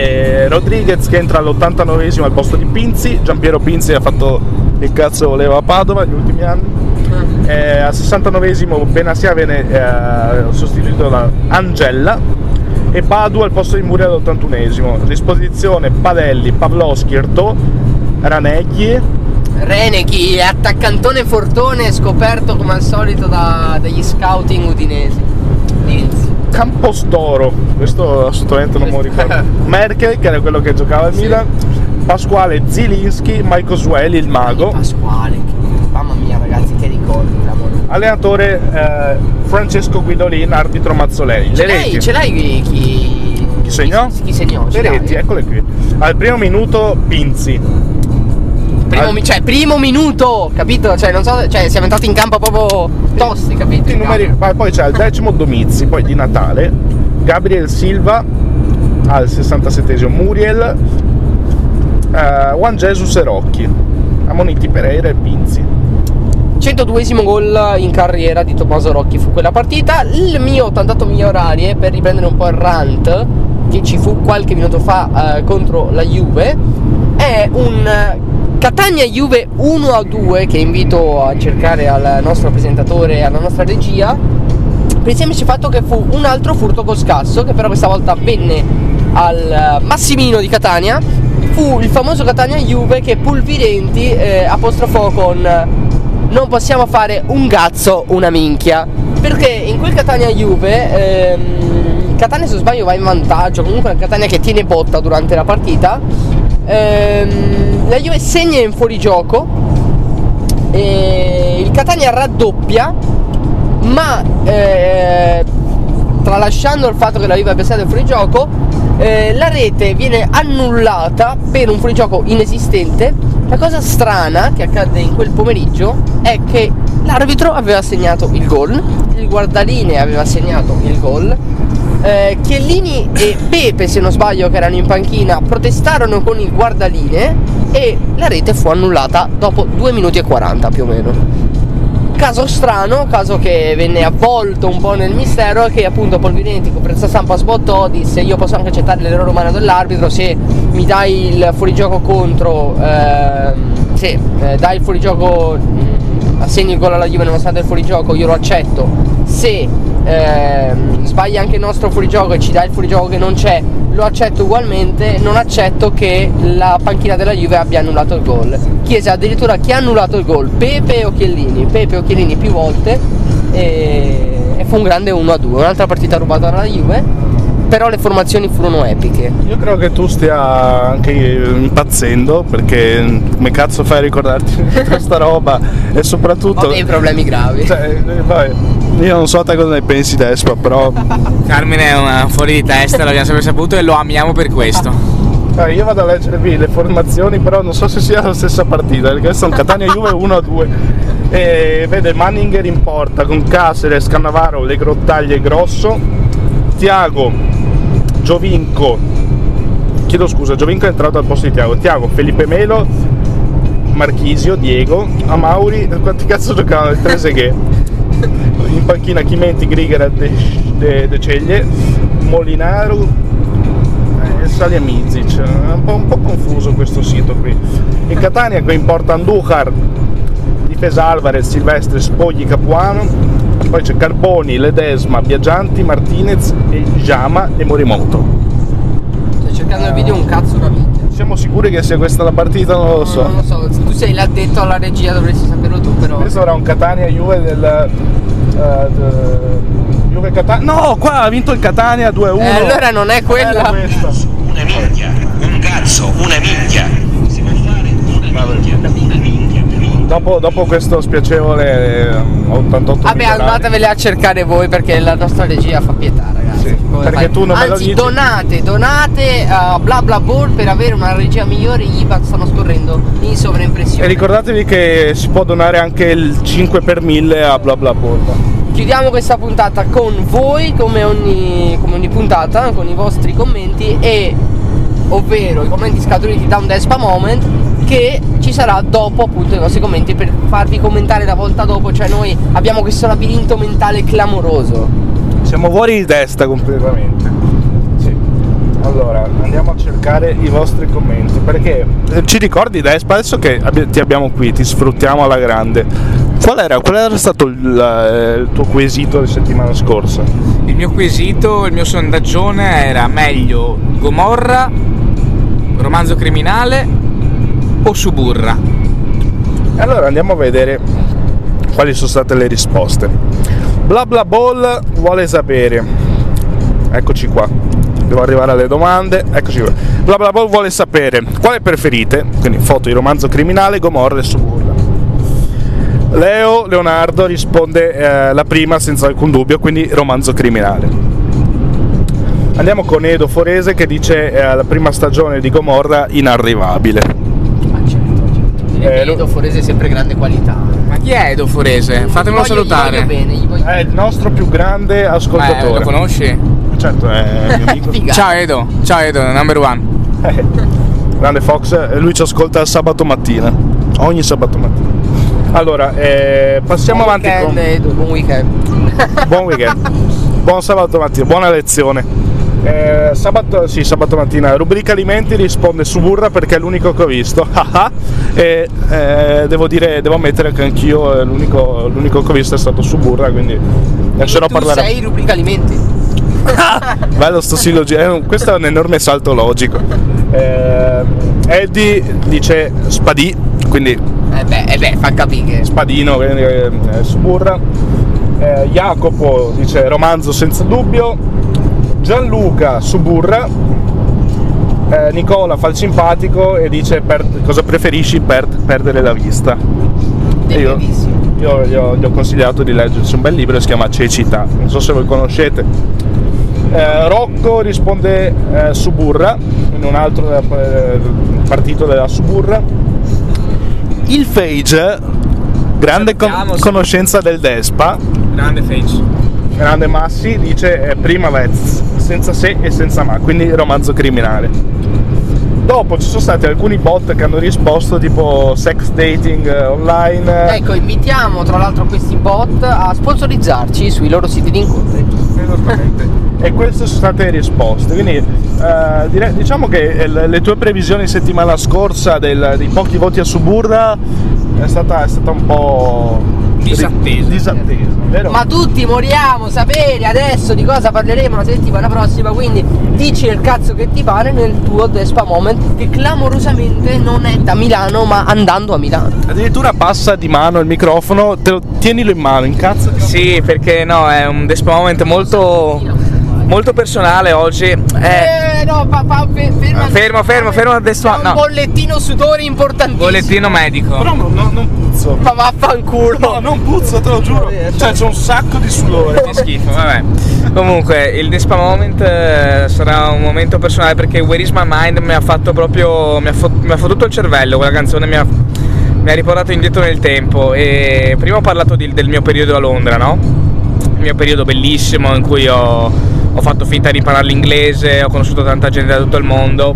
E Rodriguez che entra all'ottantanovesimo al posto di Pinzi. Giampiero Pinzi ha fatto il cazzo voleva a Padova negli ultimi anni. Eh, al sessantanovesimo Benassia viene eh, sostituito da Angella e Badu al posto di Muriel all'ottantunesimo. Disposizione Padelli, Pavlovski, Ertò, Raneghi, Reneghi, attaccantone fortone scoperto come al solito da, dagli scouting udinesi. Linz. Campostoro, questo assolutamente non me lo ricordo. Merkel, che era quello che giocava al Sì. Milan, Pasquale Zilinski, Michael Sueli, il mago. Pasquale, che- mamma mia ragazzi, che ricordi, clamoroso. Allenatore eh, Francesco Guidolin, arbitro Mazzoleni. Ce Le l'hai, reti. ce l'hai chi, chi, Chi segnò? Chi, chi segnò? Le ce l'hai? reti, eccole qui. Al primo minuto Pinzi. Primo, Al- mi- cioè, primo minuto, capito? Cioè, non so, cioè, siamo entrati in campo proprio tosti, capito? I In numeri- campo. poi poi c'è al decimo Domizzi, poi di Natale, Gabriel Silva al sessantasettesimo, Muriel, eh, Juan Jesus e Rocchi, ammoniti Pereira e Pinzi. centoduesimo gol in carriera di Tommaso Rocchi fu quella partita. Il mio ottantotto miglia orarie, per riprendere un po' il rant che ci fu qualche minuto fa eh, contro la Juve, è un Catania-Juve uno a due che invito a cercare al nostro presentatore e alla nostra regia, per il semplice fatto che fu un altro furto col scasso, che però questa volta avvenne al Massimino di Catania. Fu il famoso Catania-Juve che Pulvirenti eh, apostrofò con "non possiamo fare un cazzo, una minchia", perché in quel Catania-Juve ehm, Catania, se non sbaglio, va in vantaggio, comunque una Catania che tiene botta durante la partita. ehm, la Juve segna in fuorigioco e il Catania raddoppia, ma eh, tralasciando il fatto che la Juve abbia segnato il fuorigioco, eh, la rete viene annullata per un fuorigioco inesistente. La cosa strana che accadde in quel pomeriggio è che l'arbitro aveva segnato il gol, il guardalinee aveva segnato il gol, eh, Chiellini e Pepe, se non sbaglio, che erano in panchina, protestarono con il guardalinee e la rete fu annullata dopo due minuti e quaranta più o meno. Caso strano, caso che venne avvolto un po' nel mistero, che appunto Polvirenti in conferenza stampa sbottò, disse: io posso anche accettare l'errore umano dell'arbitro se mi dai il fuorigioco contro, ehm, se eh, dai il fuorigioco, mh, assegni il gol alla Juve nonostante il fuorigioco, io lo accetto. Se ehm, sbaglia anche il nostro fuorigioco e ci dai il fuorigioco che non c'è, lo accetto ugualmente. Non accetto che la panchina della Juve abbia annullato il gol. Chiese addirittura chi ha annullato il gol, Pepe o Chiellini. Pepe o Chiellini più volte, e, e fu un grande uno a due. Un'altra partita rubata dalla Juve, però le formazioni furono epiche. Io credo che tu stia anche impazzendo, perché come cazzo fai a ricordarti di questa roba? E soprattutto Ho dei problemi gravi. Cioè, vabbè, io non so te cosa ne pensi, Despa, però Carmine è una fuori di testa, l'abbiamo sempre saputo e lo amiamo per questo. eh, io vado a leggervi le formazioni, però non so se sia la stessa partita, perché questo è un Catania-Juve uno a due. E vede Manninger in porta con Caceres, Cannavaro, Le Grottaglie e Grosso, Tiago, Giovinco, chiedo scusa, Giovinco è entrato al posto di Tiago, Tiago, Felipe Melo, Marchisio, Diego, Amauri, quanti cazzo giocavano? Il Trezeguet. In panchina Chimenti, Grigera, De, De, De Ceglie, Molinaru e Salihamidzic. È un po', un po' confuso questo sito qui. In Catania qui in porta Andújar, difesa Alvarez, Silvestre, Spogli, Capuano, poi c'è Carboni, Ledesma, Biagianti, Martinez, e Jama e Morimoto. Sto cercando il video un cazzo da minchia. Siamo sicuri che sia questa la partita? Non lo so. Non lo so, tu sei l'addetto alla regia, dovresti saperlo tu, però. Questo era un Catania-Juve del uh, de- Juve Catania. No, qua ha vinto il Catania due a uno. Eh, allora non è quella. Era questa. Una minchia, un cazzo, una minchia. Si può fare una minchia, una minchia. Dopo, dopo questo spiacevole eh, ottantotto Vabbè, milionari. andatevele a cercare voi, perché la nostra regia fa pietà, ragazzi. Sì, Come perché fai? tu non me lo Anzi, dici. donate, donate a bla bla ball per avere una regia migliore. Gli I B A N stanno scorrendo in sovraimpressione. E ricordatevi che si può donare anche il cinque per mille a bla bla bla. Chiudiamo questa puntata con voi, come ogni, come ogni puntata, con i vostri commenti, e ovvero i commenti scaturiti da un Despa Moment, che ci sarà dopo appunto i vostri commenti per farvi commentare la volta dopo. Cioè noi abbiamo questo labirinto mentale clamoroso. Siamo fuori di testa completamente. Sì. Allora, andiamo a cercare i vostri commenti, perché eh, ci ricordi Despa, adesso che abbi- ti abbiamo qui, ti sfruttiamo alla grande. Qual era, qual era stato il, il tuo quesito la settimana scorsa? Il mio quesito, il mio sondaggione era meglio Gomorra, romanzo criminale o Suburra? Allora andiamo a vedere quali sono state le risposte. Bla bla ball vuole sapere, eccoci qua, devo arrivare alle domande, eccoci qua. Bla bla ball vuole sapere quale preferite, quindi foto di romanzo criminale, Gomorra e Suburra. Leo Leonardo risponde eh, la prima senza alcun dubbio, quindi romanzo criminale. Andiamo con Edo Forese che dice eh, la prima stagione di Gomorra inarrivabile. Ah, certo, certo. Eh, Edo Forese è sempre grande qualità. Ma chi è Edo Forese? Fatemelo Voglio- salutare. gli voglio bene, gli voglio- È il nostro più grande Eh, ascoltatore. lo conosci? Certo, è mio amico. Figa. Ciao Edo, ciao Edo, number one. Grande Fox, eh, lui ci ascolta il sabato mattina, ogni sabato mattina. Allora, eh, passiamo Buon avanti weekend, con... Edo, buon weekend. Buon weekend, buon sabato mattina, buona lezione. Eh, sabato, sì, sabato mattina, rubrica alimenti risponde Suburra perché è l'unico che ho visto. E eh, devo dire, devo ammettere che anch'io eh, l'unico, l'unico che ho visto è stato Suburra, quindi lascerò Tu parlare. sei rubrica alimenti. Bello sto sillogismo, questo è un enorme salto logico. Eh, Eddie dice Spadì, quindi Eh beh, eh beh, fa capire. Spadino, quindi, eh, Suburra. Eh, Jacopo dice romanzo senza dubbio. Gianluca Suburra. Eh, Nicola fa il simpatico e dice per, cosa preferisci per perdere la vista. E io, io gli, ho, gli ho consigliato di leggersi un bel libro, si chiama Cecità, non so se voi conoscete. Eh, Rocco risponde eh, Suburra, in un altro eh, partito della Suburra. Il Fage, grande con- Salutiamo, sì. conoscenza del Despa, Grande face. grande Massi, dice eh, prima Vez, senza se e senza ma, quindi romanzo criminale. Dopo ci sono stati alcuni bot che hanno risposto tipo sex dating eh, online. Ecco, invitiamo tra l'altro questi bot a sponsorizzarci sui loro siti di incontri. E queste sono state le risposte, quindi eh, dire- diciamo che le, le tue previsioni settimana scorsa del, dei pochi voti a Suburra è stata, è stata un po' Disattesa. disattesa, vero? Ma tutti moriamo sapere adesso di cosa parleremo la settimana prossima, quindi dici il cazzo che ti pare nel tuo Despa Moment, che clamorosamente non è da Milano ma andando a Milano. Addirittura passa di mano il microfono, te lo, tienilo in mano, incazzo. Sì, perché no, è un Despa Moment molto, molto personale oggi. È... Eh no, papà, ferma. Fermo, fermo, fermo a Despa. Un No, bollettino sudore importantissimo. bollettino medico. Però no, no, non puzzo. Ma vaffanculo. No, non puzzo, te lo giuro. Cioè c'è un sacco di sudore. Che schifo, vabbè. Comunque, il Despa Moment eh, sarà un momento personale perché Where is my mind mi ha fatto proprio. Mi ha, fot- mi ha fottuto il cervello, quella canzone mi ha, mi ha riportato indietro nel tempo. E prima ho parlato di- del mio periodo a Londra, no? Il mio periodo bellissimo in cui ho, ho fatto finta di imparare l'inglese, ho conosciuto tanta gente da tutto il mondo.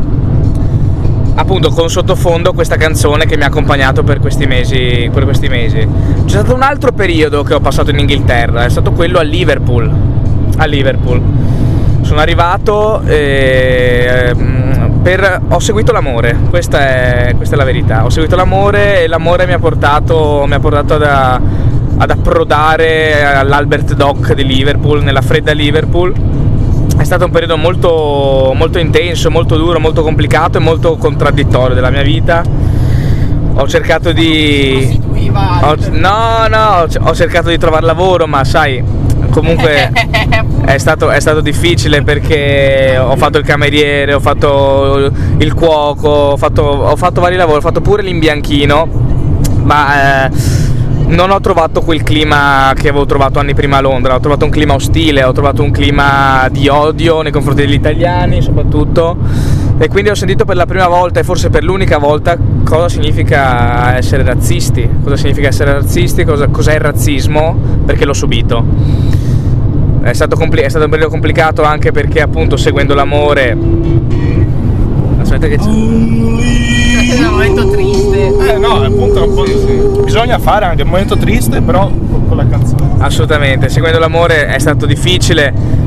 Appunto con sottofondo questa canzone che mi ha accompagnato per questi mesi, per questi mesi. C'è stato un altro periodo che ho passato in Inghilterra, è stato quello a Liverpool. A Liverpool. Sono arrivato e per, ho seguito l'amore, questa è, questa è la verità. Ho seguito l'amore e l'amore mi ha portato, mi ha portato ad, ad approdare all'Albert Dock di Liverpool, nella fredda Liverpool. È stato un periodo molto, molto intenso, molto duro, molto complicato e molto contraddittorio della mia vita. Ho cercato di... Ho, no, no, ho cercato di trovare lavoro, ma sai, comunque è stato, è stato difficile perché ho fatto il cameriere, ho fatto il cuoco, ho fatto, ho fatto vari lavori, ho fatto pure l'imbianchino, ma... Eh, non ho trovato quel clima che avevo trovato anni prima a Londra, ho trovato un clima ostile, ho trovato un clima di odio nei confronti degli italiani soprattutto, e quindi ho sentito per la prima volta e forse per l'unica volta cosa significa essere razzisti, cosa significa essere razzisti, cosa, cos'è il razzismo, perché l'ho subito. È stato, compli- è stato un periodo complicato anche perché appunto seguendo l'amore... Aspetta che c'è... È un momento triste. Eh no, appunto è un po' di... bisogna fare anche un momento triste, però con la canzone. Assolutamente, seguendo l'amore è stato difficile,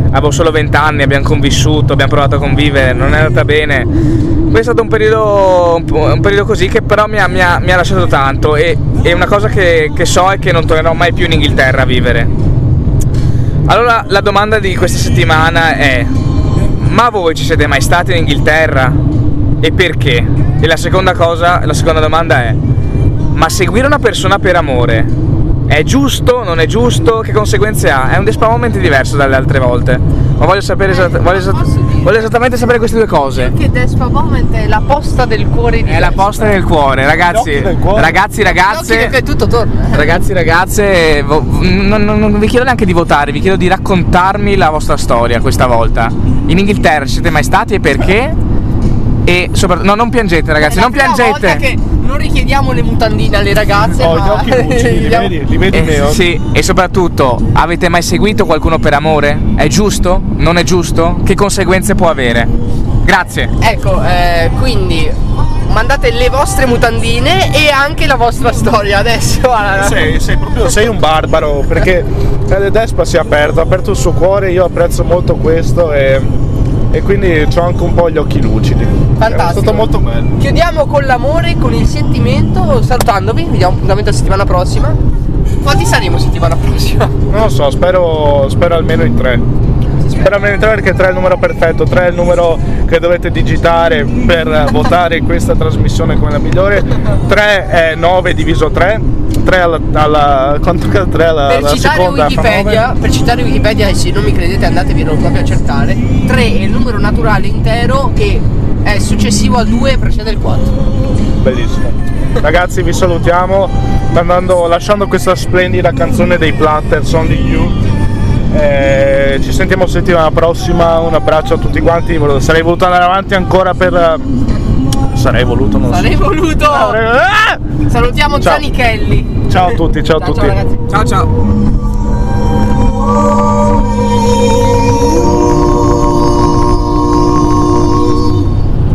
avevo solo venti anni, abbiamo convissuto, abbiamo provato a convivere, non è andata bene. Questo è stato un periodo, un periodo così che però mi ha, mi ha, mi ha lasciato tanto e, e una cosa che, che so è che non tornerò mai più in Inghilterra a vivere. Allora la domanda di questa settimana è: ma voi ci siete mai stati in Inghilterra? E perché? E la seconda cosa, la seconda domanda è: ma seguire una persona per amore è giusto? Non è giusto? Che conseguenze ha? È un Despa Moment diverso dalle altre volte, ma voglio sapere esatt- voglio, esatt- voglio esattamente sapere queste due cose. Che Despa Moment è la posta del cuore di È la posta del cuore, ragazzi, del cuore. ragazzi, ragazze, che tutto torna. ragazzi, ragazze, vo- non, non, non vi chiedo neanche di votare, vi chiedo di raccontarmi la vostra storia questa volta. In Inghilterra ci siete mai stati e perché? E soprattutto, no, non piangete ragazzi, È la non prima volta piangete. che non richiediamo le mutandine alle ragazze. Ho ma gli occhi lucidi, li vedi? Li vedi Eh, neo? sì, e soprattutto, avete mai seguito qualcuno per amore? È giusto? Non è giusto? Che conseguenze può avere? Grazie. Ecco, eh, quindi mandate le vostre mutandine e anche la vostra storia adesso. Sei, sei proprio sei un barbaro, perché eh, Despa si è aperto, ha aperto il suo cuore, io apprezzo molto questo e, e quindi ho anche un po' gli occhi lucidi. Fantastico. È stato molto bello. Chiudiamo con l'amore, con il sentimento, salutandovi, vi diamo un appuntamento la settimana prossima. Quanti saremo settimana prossima? Non lo so, spero, spero almeno in tre. Spero almeno in tre perché tre è il numero perfetto, tre è il numero che dovete digitare per votare questa trasmissione come la migliore. tre è nove diviso tre, tre alla, alla quanto tre alla, Per alla citare seconda fa Wikipedia, nove. per citare Wikipedia, e se non mi credete andatevelo proprio a cercare. tre è il numero naturale intero e è successivo al due e precede il quattro. Bellissimo. Ragazzi, vi salutiamo mandando, lasciando questa splendida canzone dei Platters, Only You. Eh, ci sentiamo settimana prossima, un abbraccio a tutti quanti. Sarei voluto andare avanti ancora per sarei voluto non Sarei so. voluto Ah! Salutiamo Ciao. Zanichelli. Ciao a tutti, ciao a Ciao, tutti. ciao ragazzi. Ciao ciao.